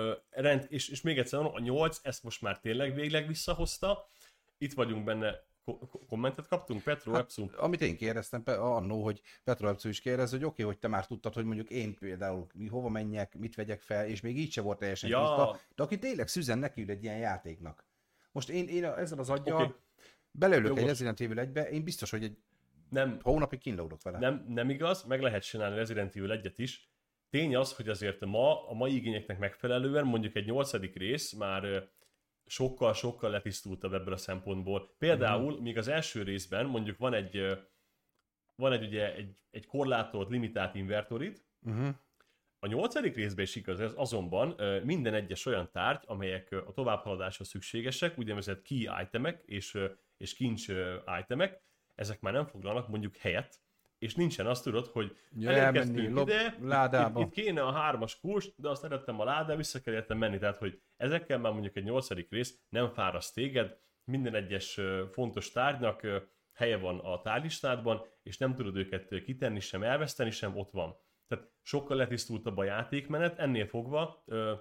és még egyszer a 8, ezt most már tényleg végleg visszahozta, itt vagyunk benne, kommentet kaptunk, Petro Epsu? Amit én kérdeztem annó, hogy Petro Epsu is kérdez, hogy oké, hogy te már tudtad, hogy mondjuk én például hova menjek, mit vegyek fel, és még így se volt teljesen tiszta, de aki tényleg szüzen neki egy ilyen játéknak. Most én ezzel az aggyal belőlök egy Resident Evil 1-be, én biztos, hogy hónapig kínlódok vele. Nem igaz, meg lehet csinálni Resident Evil 1-et is. Tény az, hogy azért a mai igényeknek megfelelően mondjuk egy 8. rész már sokkal letisztultabb ebből a szempontból. Például, míg az első részben mondjuk van egy korlátolt, limitált invertorid, a 8. részben is igaz ez, azonban minden egyes olyan tárgy, amelyek a továbbhaladásra szükségesek, úgynevezett key itemek és kincs itemek, ezek már nem foglalnak mondjuk helyet, és nincsen azt tudod, hogy elérkeztünk ide, itt kéne a 3-as kulcs, de azt eredtem a ládába, vissza kell értem menni, tehát hogy ezekkel már mondjuk egy 8. rész nem fáraszt téged, minden egyes fontos tárgynak helye van a tárlistádban, és nem tudod őket kitenni, sem elveszteni, sem ott van. Tehát sokkal letisztultabb a játékmenet, ennél fogva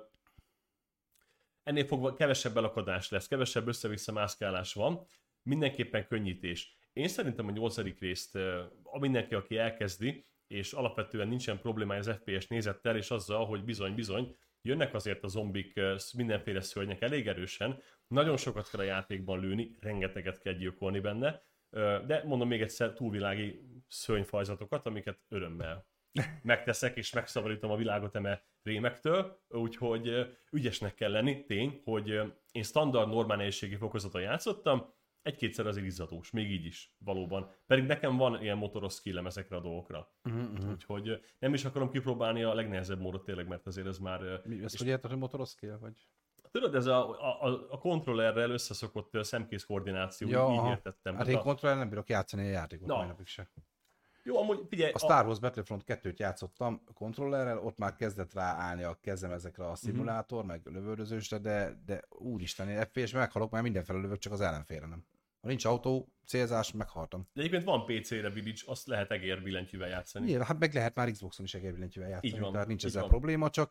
kevesebb elakadás lesz, kevesebb össze-vissza mászkálás van, mindenképpen könnyítés. Én szerintem a 8. részt mindenki, aki elkezdi, és alapvetően nincsen problémája az FPS nézettel, és azzal, hogy bizony, jönnek azért a zombik, mindenféle szörnyek elég erősen, nagyon sokat kell a játékban lőni, rengeteget kell gyilkolni benne, de mondom még egyszer túlvilági szörnyfajzatokat, amiket örömmel megteszek, és megszabadítom a világot eme rémektől, úgyhogy ügyesnek kell lenni, tény, hogy én standard normál nehézségi fokozaton játszottam, egy-kétszer azért izzadós, még így is, valóban. Pedig nekem van ilyen motoros skillem ezekre a dolgokra. Úgyhogy nem is akarom kipróbálni a legnehezebb módot tényleg, mert azért ez már... Ezt hogy érted, hogy motoros skill, vagy? Tudod, ez a kontrollerrel összeszokott szemkész koordináció, így értettem. Hát én kontrollerrel nem bírok játszani a játékot, mai napig se. Jó, amúgy figyelj... A Star Wars Battlefront 2-t játszottam kontrollerrel, ott már kezdett ráállni a kezem ezekre a szimulátor, meg lövöldözősre, de úristen, én FPS-ben meghalok, már mindenfelől lövök, csak az ellenfélre nem. Ha nincs autó, célzás, meghaltam. De egyébként van PC-re Village, azt lehet egérbillentyűvel játszani. Nyilván, hát meg lehet már Xboxon is egérbillentyűvel játszani, Így van, tehát nincs így ezzel van. probléma, csak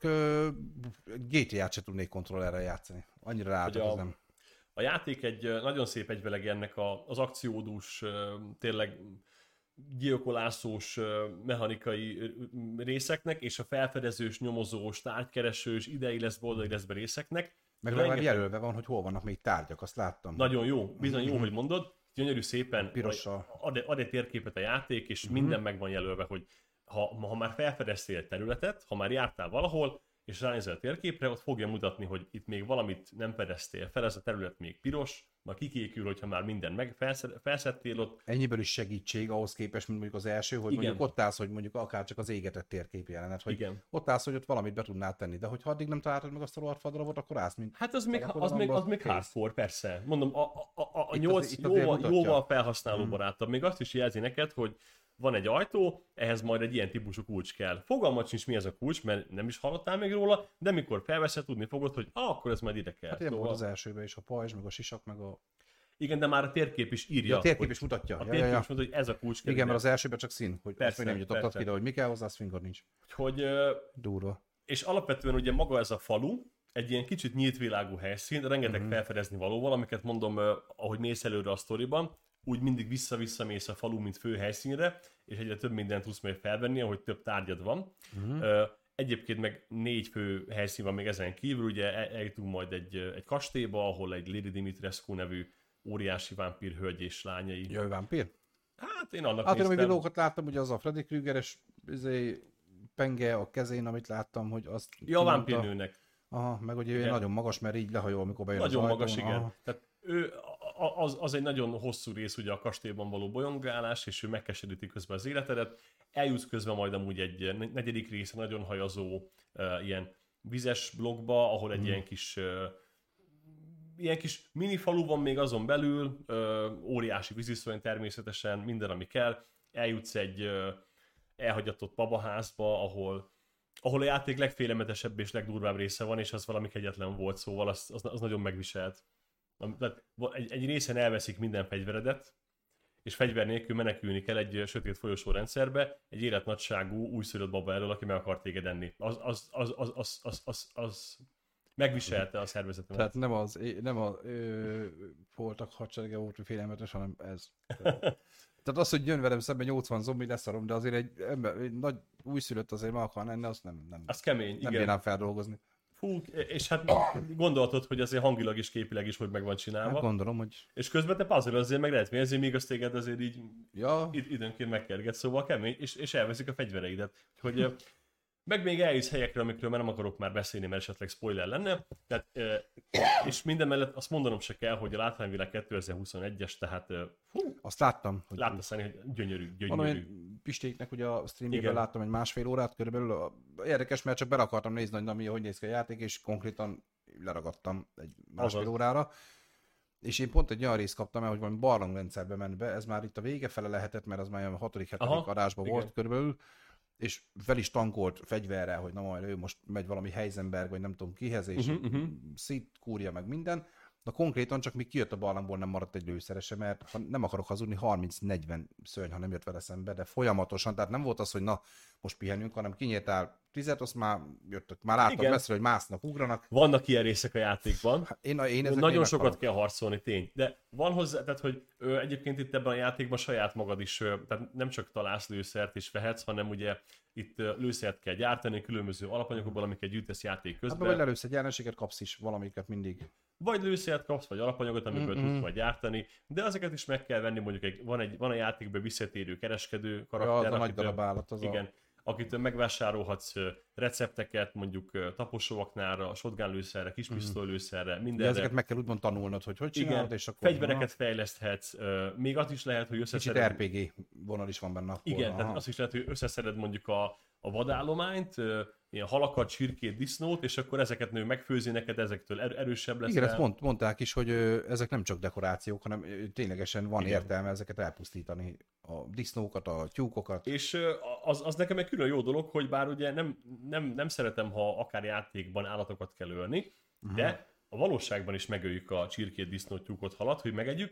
GTA-t se tudnék kontrollerrel játszani. Annyira ráadozom. A játék egy nagyon szép egyvelege ennek az akciódús, tényleg gyilkolászós mechanikai részeknek, és a felfedezős, nyomozós, tárgykeresős, idei lesz, boldog lesz be részeknek. Meg legalább jelölve van, hogy hol vannak még tárgyak, azt láttam. Nagyon jó, bizony jó, hogy mondod. Gyönyörű szépen Pirossal. ad egy térképet a játék, és minden meg van jelölve, hogy ha már felfedeztél egy területet, ha már jártál valahol, és ránézel a térképre, ott fogja mutatni, hogy itt még valamit nem fedeztél fel, ez a terület még piros, majd kikékül, hogyha már minden felszedtél ott. Ennyiből is segítség ahhoz képest, mint mondjuk az első, hogy mondjuk ott állsz, hogy mondjuk akár csak az égetett térkép jelenet, hogy ott állsz, hogy ott valamit be tudnál tenni, de hogyha addig nem találtad meg azt a rohadt fadarabot, akkor állsz, mint... Hát az még hardcore, persze. Mondom, a 8 itt jóval felhasználó barátabb. Még azt is jelzi neked, hogy van egy ajtó, ehhez majd egy ilyen típusú kulcs kell. Fogalmat sincs, mi ez a kulcs, mert nem is hallottál még róla, de mikor felveszed, tudni fogod, hogy akkor ez majd ide kell. Hát ilyen volt az elsőben is, a pajzs, meg a sisak, meg a... Igen, de már a térkép is írja. A térkép is mutatja. A térkép is mutatja, hogy ez a kulcs kell. Igen, mert az elsőben csak szín, hogy persze, azt még nem nyitottad ki, de hogy mi kell hozzá, az fingod nincs. Durva. És alapvetően ugye maga ez a falu, egy ilyen kicsit nyílt világú helyszín, rengeteg felfedezni valóval, amiket mondom, ahogy mész előre a sztoriban, úgy mindig vissza-vissza mész a falu, mint fő helyszínre, és egyre több mindent tudsz még felvenni, ahogy több tárgyad van. Egyébként meg 4 fő helyszín van még ezen kívül, ugye eljutunk majd egy kastélyba, ahol egy Lady Dimitrescu nevű óriási vámpír hölgy és lányai. Jaj, vámpír? Hát én annak néztem. Hát én videókat láttam, ugye az a Freddy Kruegeres penge a kezén, amit láttam, hogy azt... Ja, a vámpírnőnek. Aha, meg hogy ő nagyon magas, mert így lehajol, amikor bejön nagyon az ajtón. Nagyon magas, igen. Tehát ő, az egy nagyon hosszú rész ugye a kastélyban való bolyongálás, és ő megkeseríti közben az életedet. Eljutsz közben majd amúgy egy negyedik része nagyon hajazó ilyen vizes blokkba, ahol egy ilyen kis mini falu van még azon belül, óriási víziszony természetesen, minden ami kell. Eljutsz egy elhagyatott babaházba, ahol a játék legfélemetesebb és legdurvább része van, és az valami kegyetlen volt, szóval az nagyon megviselt. Tehát egy részen elveszik minden fegyveredet, és fegyver nélkül menekülni kell egy sötét folyosó rendszerbe, egy életnagyságú újszülött baba elől, aki meg akar téged enni. Az megviselte a szervezetemet. Tehát nem voltak hadserege volt, hogy félelmetes, hanem ez. Tehát az, hogy jön velem szemben 80 zombi, leszarom, de azért egy nagy újszülött azért meg akar enni, azt nem. Az kemény, nem igen. bírnám feldolgozni. Fú, és hát gondoltad, hogy azért hangilag és képileg is hogy meg van csinálva. Hát gondolom, hogy... És közben te puzzle azért meg lehet mérni, míg azt téged azért így időnként megkerget, szóval kemény, és elveszik a fegyvereidet. Hogy meg még eljuss helyekre, amikről már nem akarok már beszélni, mert esetleg spoiler lenne. Tehát, és minden mellett azt mondanom se kell, hogy a látványvilág 2021-es, tehát azt láttam. Hogy láttasz, hogy gyönyörű. Mondom, én Pistéknek ugye a streamjében láttam egy másfél órát körülbelül. Érdekes, mert csak be akartam nézni, hogy néz ki a játék, és konkrétan leragadtam egy másfél órára. És én pont egy olyan részt kaptam el, hogy valami barlangrendszerbe ment be, ez már itt a vége fele lehetett, mert az már a 6.-7. adásban volt körülbelül, és fel is tankolt fegyverrel, hogy na majd ő most megy valami Heisenberg, vagy nem tudom kihez, és szétkúrja meg minden. Na konkrétan csak még kijött a barlangból, nem maradt egy lőszerese, mert ha nem akarok hazudni, 30-40 szörny, ha nem jött vele szembe, de folyamatosan, tehát nem volt az, hogy na, most pihenünk, hanem kinyírtál 10, azt már jöttök, már láttad messzire, hogy másznak, ugrnak. Vannak ilyen részek a játékban. Hát én nagyon sokat kell harcolni, tény. De van hozzá, tehát hogy egyébként itt ebben a játékban saját magad is, tehát nem csak találsz lőszert és vehetsz, hanem ugye itt lőszert kell gyártani különböző alapanyagokból, amiket gyűjtesz játék közben. Hát vagy lelősz egy ellenséget, kapsz is valamiket mindig. Vagy lőszert kapsz, vagy alapanyagot, amiből tudsz majd gyártani, de ezeket is meg kell venni, mondjuk van a játékban visszatérő kereskedő karakter. Ja, az a nagy darab állat, igen, akitől megvásárolhatsz recepteket, mondjuk taposóaknára, shotgun lőszerre, kispisztoly lőszerre, mindenre. De ezeket meg kell úgymond tanulnod, hogy csinálod, és akkor... Fegyvereket fejleszthetsz, még azt is lehet, hogy összeszeded... Kicsit RPG vonal is van benne akkor. Igen, tehát azt is lehet, hogy összeszeded mondjuk a vadállományt, ilyen halakat, csirkét, disznót, és akkor ezeket nő megfőzi neked, ezektől erősebb lesz. Igen, ezt mondták is, hogy ezek nem csak dekorációk, hanem ténylegesen van értelme ezeket elpusztítani. A disznókat, a tyúkokat. És az nekem egy külön jó dolog, hogy bár ugye nem szeretem, ha akár játékban állatokat kell ölni, de a valóságban is megöljük a csirkét, disznót, tyúkot, halat, hogy megegyük,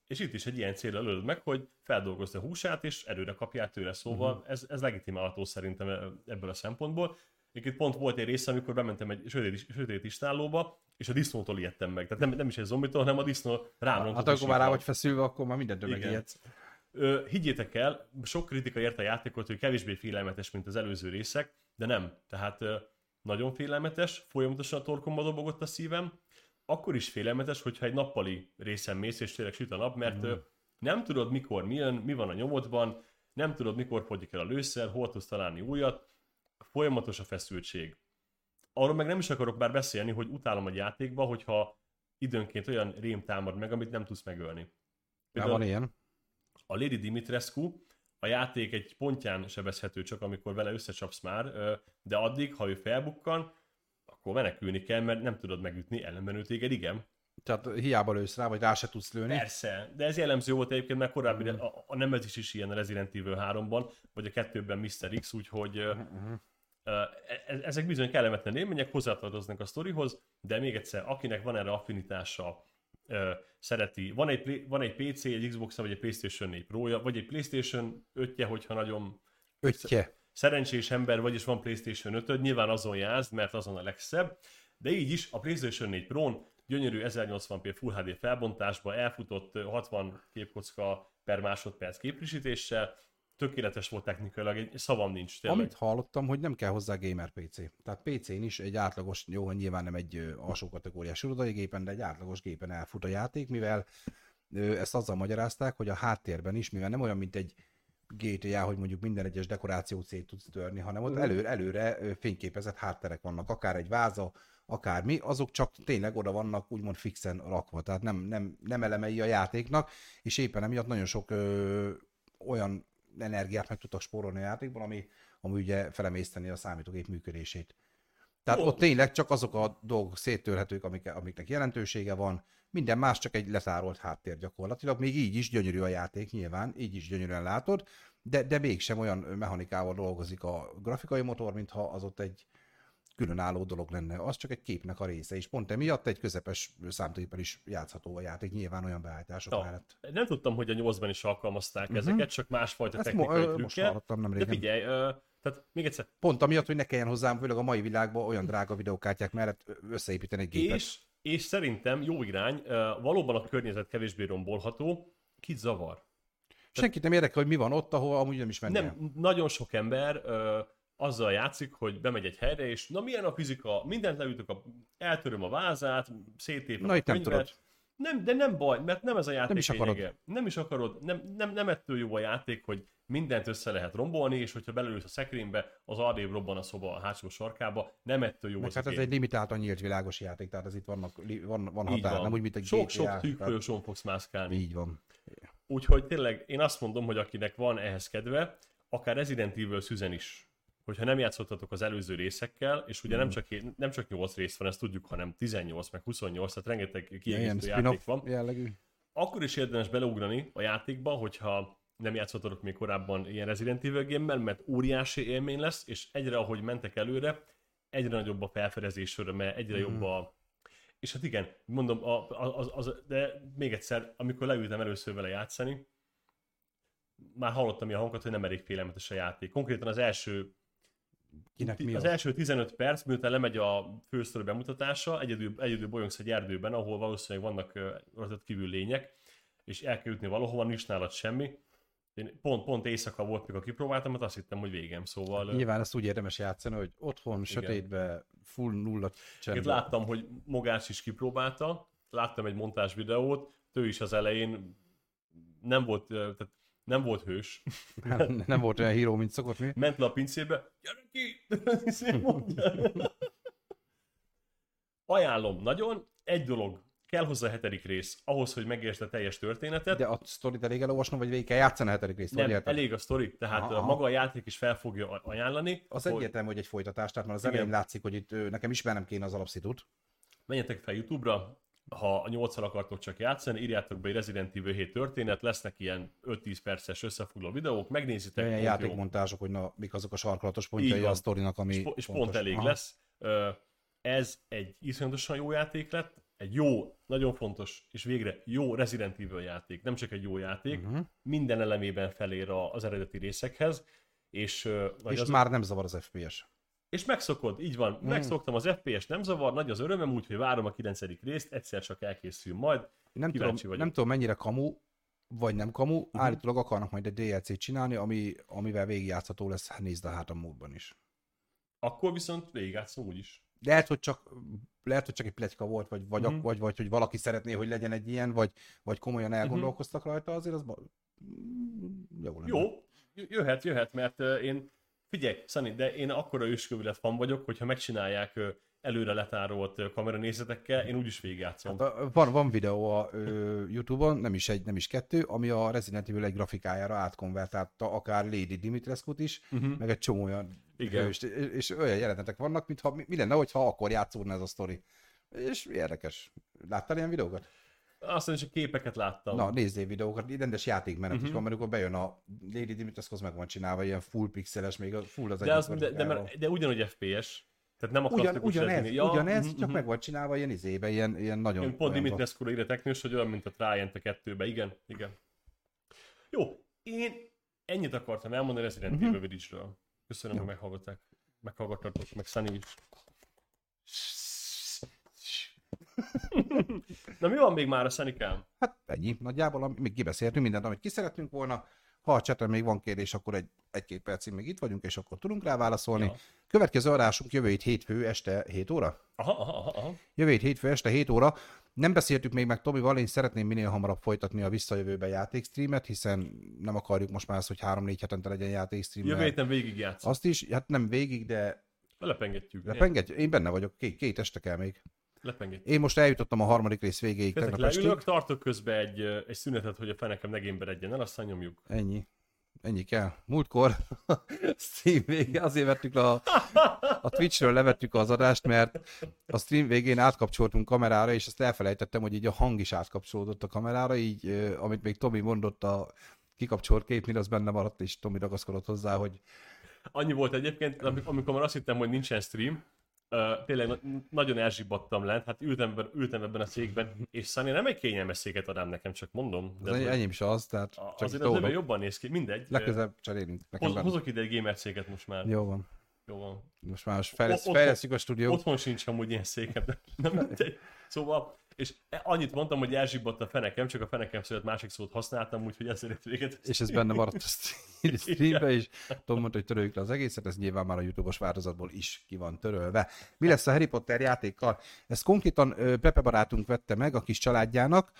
és itt is egy ilyen célra lőd meg, hogy feldolgozd a húsát, és előre kapjál tőle, szóval ez legitimálható szerintem ebből a szempontból. Itt pont volt egy része, amikor bementem egy sötét istállóba, és a disznótól ijedtem meg. Tehát nem is egy zombitól, hanem a disznó rám rontott. Hát akkor már rá vagy feszülve, akkor már mindentől megijedsz. Higgyétek el, sok kritika érte a játékot, hogy kevésbé félelmetes, mint az előző részek, de nem. Tehát nagyon félelmetes, folyamatosan a torkomba dobogott a szívem. Akkor is félelmetes, hogyha egy nappali részen mész, és tényleg süt a nap, mert nem tudod, mikor mi jön, mi van a nyomodban, nem tudod, mikor fogyik el a lőszer, hol tudsz találni újat, folyamatos a feszültség. Arról meg nem is akarok bár beszélni, hogy utálom a játékba, hogyha időnként olyan rém támad meg, amit nem tudsz megölni. Például van ilyen. A Lady Dimitrescu, a játék egy pontján sebezhető csak, amikor vele összecsapsz már, de addig, ha ő felbukkan, akkor menekülni kell, mert nem tudod megütni, ellenben ő téged, igen. Tehát hiába lősz rá, vagy rá se tudsz lőni. Persze, de ez jellemző volt egyébként, mert korábbi a Nemesis is ilyen a Resident Evil 3-ban, vagy a 2-ben Mr. X, úgyhogy ezek bizony kellemetlen élmények, hozzátartoznak a sztorihoz, de még egyszer, akinek van erre affinitása, szereti, van egy PC, egy Xbox, vagy egy PlayStation 4 Pro-ja, vagy egy PlayStation 5-je, hogyha nagyon szerencsés ember vagy, és van PlayStation 5-öd, nyilván azon játsz, mert azon a legszebb, de így is a PlayStation 4 Pro-n gyönyörű 1080p Full HD felbontásba elfutott 60 képkocka per másodperc képfrissítéssel, tökéletes volt technikailag, egy szavam nincs. Tényleg. Amit hallottam, hogy nem kell hozzá gamer PC. Tehát PC-n is egy átlagos, jó, nyilván nem egy alsó kategóriás irodai gépen, de egy átlagos gépen elfut a játék, mivel ezt azzal magyarázták, hogy a háttérben is, mivel nem olyan, mint egy GTA, hogy mondjuk minden egyes dekorációt szét tudsz törni, hanem ott előre fényképezett hátterek vannak, akár egy váza, akármi, azok csak tényleg oda vannak úgymond fixen rakva, tehát nem elemei a játéknak, és éppen emiatt nagyon sok olyan energiát meg tudtak spórolni a játékban, ami ugye felemészteni a számítógép működését. Tehát ott tényleg csak azok a dolgok széttörhetők, amiknek jelentősége van, minden más csak egy letárolt háttér gyakorlatilag. Még így is gyönyörű a játék nyilván, így is gyönyörűen látod, de mégsem olyan mechanikával dolgozik a grafikai motor, mintha az ott egy különálló dolog lenne. Az csak egy képnek a része, és pont emiatt egy közepes számítógéppel is játszható a játék, nyilván olyan beállítások mellett. Nem tudtam, hogy a 8-ban is alkalmazták ezeket, csak másfajta technikai trükkel. Most hallottam nem régen. De figyelj, tehát még egyszer. Pont amiatt, hogy ne kelljen hozzám, főleg a mai világban olyan drága videókártyák mellett összeépíteni egy gépet. És szerintem jó irány, valóban a környezet kevésbé rombolható, kit zavar. Senkit nem érdekel, hogy mi van ott, ahol amúgy nem is mennél. Nem, nagyon sok ember azzal játszik, hogy bemegy egy helyre, és na milyen a fizika, mindent leütök, eltöröm a vázát, széttépem a könyvet. De nem baj, mert nem ez a játék lényege. Nem is akarod. Nem ettől jó a játék, hogy mindent össze lehet rombolni, és hogyha belülsz a szekrénybe, az arrébb robban a szoba a hátsó sarkába, nem ettől jó. Hát ez egy limitáltan nyílt világos játék, tehát ez itt van határ, nem úgy, mint egy GTA. Sok szűk folyosón fogsz mászkálni. Így van. Úgyhogy tényleg én azt mondom, hogy akinek van ehhez kedve, akár Resident Evil Szüzen is, hogyha nem játszottatok az előző részekkel, és ugye nem csak 8 rész van, ezt tudjuk, hanem 18, meg 28, tehát rengeteg kiegészítő játék van. Jellegű. Akkor is érdemes beleugrani a játékba, hogyha nem játszottatok még korábban ilyen Resident Evil game-mel, mert óriási élmény lesz, és egyre ahogy mentek előre, egyre nagyobb a felfedezés öröme, egyre jobb a... És hát igen, mondom, de még egyszer, amikor leültem először vele játszani, már hallottam ilyen hangokat, hogy nem elég félelmetes a játék. Konkrétan az első 15 perc, miután lemegy a fősztori bemutatása, egyedül bolyongsz egy erdőben, ahol valószínűleg vannak rajtad kívül lények, és el kell jutni valahova, nincs nálad semmi. Én pont éjszaka volt, mikor kipróbáltam, mert azt hittem, hogy végem, szóval... Nyilván ezt úgy érdemes játszani, hogy otthon, sötétbe, full nulla csendben. Itt láttam, hogy Mogács is kipróbálta, láttam egy montázs videót, ő is az elején nem volt hős. Nem volt olyan híró, mint szokott mi. Ment le a pincébe, gyere ki! Ajánlom, nagyon. Egy dolog, kell hozzá a 7. rész, ahhoz, hogy megértsd a teljes történetet. De a sztorit elég elolvasnom, vagy végig kell játszani a 7. részt? Nem, elég a sztori, tehát maga a játék is fel fogja ajánlani. Az egyértelmű, hogy egy folytatás, tehát már az elején látszik, hogy itt nekem ismernem kéne az alapszitut. Menjetek fel YouTube-ra, ha a 8-al akartok csak játszani, írjátok be egy Resident Evil 7 történet, lesznek ilyen 5-10 perces összefoglaló videók, megnézitek. Olyan játékmontázsok, hogy mik azok a sarkalatos pontjai a sztorinak, ami és pont elég lesz. Ez egy iszonyatosan jó játék lett, egy jó, nagyon fontos, és végre jó Resident Evil játék, nem csak egy jó játék, minden elemében felér az eredeti részekhez, és már nem zavar az FPS. És megszokod, így van, megszoktam az FPS, nem zavar, nagy az örömem, úgyhogy várom a 9. részt, egyszer csak elkészül majd, nem tudom mennyire kamu, vagy nem kamu, állítólag akarnak majd egy DLC-t csinálni, amivel végigjátszható lesz, nézd a hátam módban is. Akkor viszont végigjátszom úgyis. Lehet, hogy csak egy pletyka volt, vagy hogy valaki szeretné, hogy legyen egy ilyen, vagy komolyan elgondolkoztak rajta, azért az jó lenne. Jó, jöhet, mert én, figyelj, Sunny, de én akkora őskövület fan vagyok, hogyha megcsinálják előre letárolt kameranézetekkel, én úgyis végigjátszom. Hát, van videó a YouTube-on, nem is kettő, ami a Resident Evil 1 grafikájára átkonvertálta akár Lady Dimitrescu-t is, meg egy csomó olyan és olyan jelenetek vannak, mintha mi lenne, hogyha akkor játszódna ez a sztori. És érdekes. Láttál ilyen videókat? Azt mondja, hogy képeket láttam. Na, nézzél videókat, rendes játékmenet is van, mert akkor bejön a Lady Dimitrescu, meg van csinálva, ilyen full pixeles, még a full az de ugyanúgy FPS. Tehát nem akartak ugyanez, csak meg van csinálva ilyen ilyen nagyon... Én pont Dimitrescu-ra írja technős, hogy olyan, mint a Trajant a 2-be. Igen. Jó, én ennyit akartam elmondani Resident Evil Village-ről. Köszönöm, hogy meghallgattatok, meg Sunny is. Na mi van még már a Sunny-kám? Hát ennyi, nagyjából még kibeszéltünk mindent, amit ki szeretnünk volna. Ha a chaten még van kérdés, akkor egy-két percig még itt vagyunk, és akkor tudunk rá válaszolni. Ja. Következő adásunk jövő hétfő este 7 óra. Aha. Jövő hétfő este 7 óra. Nem beszéltük még meg Tomival, én szeretném minél hamarabb folytatni a visszajövőbe játékstreamet, hiszen nem akarjuk most már azt, hogy 3-4 hetente legyen játékstream. Jövő héten végigjátszom. Azt is, hát nem végig, de... Lepengetjük. Én benne vagyok, két este kell még. Lepengetjük. Én most eljutottam a 3. rész végéig. Leülök, tartok közben egy szünetet, hogy a fenekem ne gémberedjen el, aztán nyomjuk. Ennyi kell. Múltkor stream végén azért vettük a Twitchről levettük az adást, mert a stream végén átkapcsoltunk kamerára, és azt elfelejtettem, hogy így a hang is átkapcsolódott a kamerára, így amit még Tomi mondott a kikapcsolt képnél, az benne maradt, és Tomi ragaszkodott hozzá, hogy... Annyi volt egyébként, amikor már azt hittem, hogy nincsen stream, tényleg nagyon elzsibbadtam lent, hát ültem ebben a székben, és Sunny nem egy kényelmes széket ad rám nekem, csak mondom. De enyém is az, tehát csak azért az nőben jobban néz ki, mindegy. Legközelebb cserélünk. Hozok ide egy gamer széket most már. Jó van. Most már fejlesztjük a stúdiót. Otthon sincs amúgy ilyen székem, de nem mindegy. Szóval, és annyit mondtam, hogy elzsibbadt a fenekem, csak a fenekem szület másik szót használtam, úgyhogy ezzel ért véget. És ez benne maradt a streambe is. Tom mondta, hogy töröljük le az egészet, ez nyilván már a YouTube-os változatból is ki van törölve. Mi lesz a Harry Potter játékkal? Ezt konkrétan Pepe barátunk vette meg a kis családjának.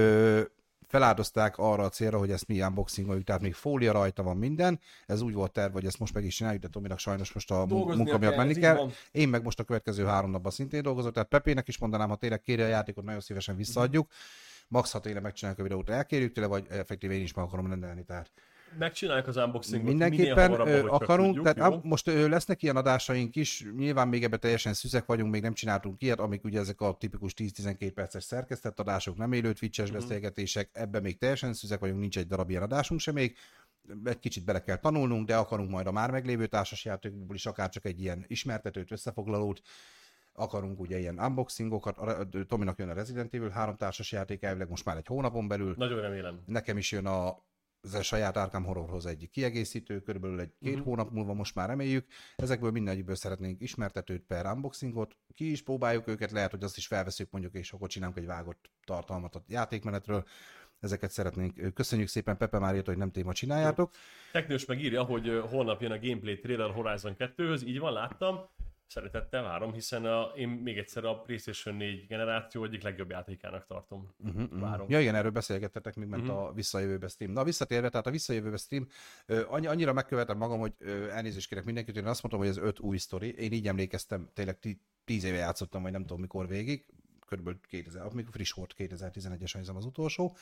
Feláldozták arra a célra, hogy ezt mi unboxingoljuk, tehát még fólia rajta van minden. Ez úgy volt terv, hogy ezt most meg is csináljuk, de Tominak sajnos most a munka miatt menni kell. Én meg most a következő 3 napban szintén dolgozok, tehát Pepének is mondanám, ha tényleg kéri a játékot, nagyon szívesen visszaadjuk. Max, ha tényleg megcsináljuk a videót, elkérjük tőle, vagy effektíve én is meg akarom rendelni, tehát megcsináljuk az unboxingot. Mindenképpen akarunk, tudjuk, tehát most lesznek ilyen adásaink is, nyilván még ebben teljesen szüzek vagyunk, még nem csináltunk ilyet, amik ugye ezek a tipikus 10-12 perces szerkesztett adások, nem élő Twitch-es beszélgetések, ebben még teljesen szüzek vagyunk, nincs egy darab ilyen adásunk sem még, egy kicsit bele kell tanulnunk, de akarunk majd a már meglévő társasjátékból is akár csak egy ilyen ismertetőt, összefoglalót, akarunk ugye ilyen unboxingokat, Tominak jön a Resident Evil 3 társasjáték elvileg most már egy hónapon belül. Nagyon remélem. Nekem is jön az a saját Arkham Horrorhoz egy kiegészítő, körülbelül egy 2 hónap múlva most már reméljük. Ezekből mindegyikből szeretnénk ismertetőt per unboxingot. Ki is próbáljuk őket, lehet, hogy azt is felveszünk mondjuk, és akkor csinálunk egy vágott tartalmat a játékmenetről. Ezeket szeretnénk. Köszönjük szépen, Pepe már írt, hogy nem téma csináljátok. Teknős megírja, hogy holnap jön a gameplay trailer Horizon 2-höz, így van, láttam. Szeretettel várom, hiszen én még egyszer a PlayStation 4 generáció egyik legjobb játékának tartom. Várom. Ja igen, erről beszélgettetek, még ment a visszajövőbe stream. Na visszatérve, tehát a visszajövőbe stream, annyira megkövetem magam, hogy elnézést kérek mindenkit, én azt mondtam, hogy ez 5 új sztori. Én így emlékeztem, tényleg 10 éve játszottam, vagy nem tudom mikor végig, körülbelül 2000, amikor friss volt, 2011-es hiszem az utolsó.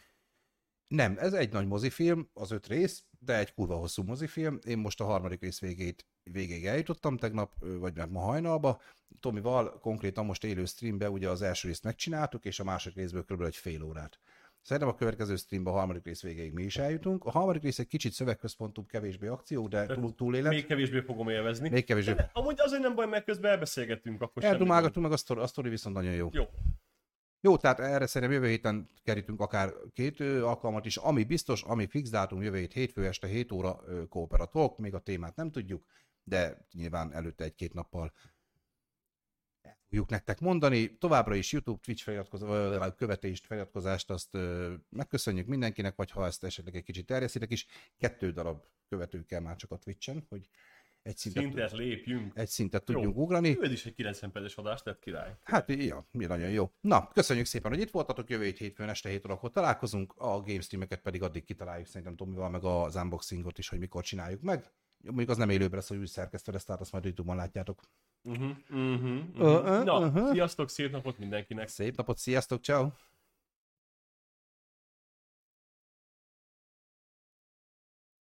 Nem, ez egy nagy mozifilm, az 5 rész, de egy kurva hosszú mozifilm. Én most a 3. rész végéig eljutottam tegnap, vagy ma hajnalba. Tomival konkrétan most élő streambe ugye az első részt megcsináltuk, és a második részből kb. Egy fél órát. Szerintem a következő streamben a 3. rész végéig mi is eljutunk. A 3. rész egy kicsit szövegközpontúbb, kevésbé akció, de túlélet. Még kevésbé fogom élvezni. Még kevésbé. De amúgy azért nem baj, mert közben elbeszélgettünk. Eldumálgatunk meg, a sztori viszont nagyon jó. Jó. Jó, tehát erre szerintem jövő héten kerítünk akár 2 alkalmat is, ami biztos, ami fix dátum jövő hétfő este 7 óra Cooperatalk, még a témát nem tudjuk, de nyilván előtte 1-2 nappal fogjuk nektek mondani. Továbbra is YouTube, Twitch követést, feliratkozást, azt megköszönjük mindenkinek, vagy ha ezt esetleg egy kicsit terjesztitek is, 2 darab követő kell már csak a Twitchen, hogy egy szintet lépjünk. Egy szintet tudjunk ugrani. Ez is egy 90 perces adást lett, király. Hát, ja, nagyon jó. Na, köszönjük szépen, hogy itt voltatok, jövő hétfőn este 7 órakor találkozunk, a game streameket pedig addig kitaláljuk szerintem Tomival, meg az unboxingot is, hogy mikor csináljuk meg. Mondjuk az nem élőben lesz, hogy úgy szerkesztve lesz, tehát azt majd YouTube-on látjátok. Na, sziasztok, szép napot mindenkinek! Szép napot, sziasztok, ciao.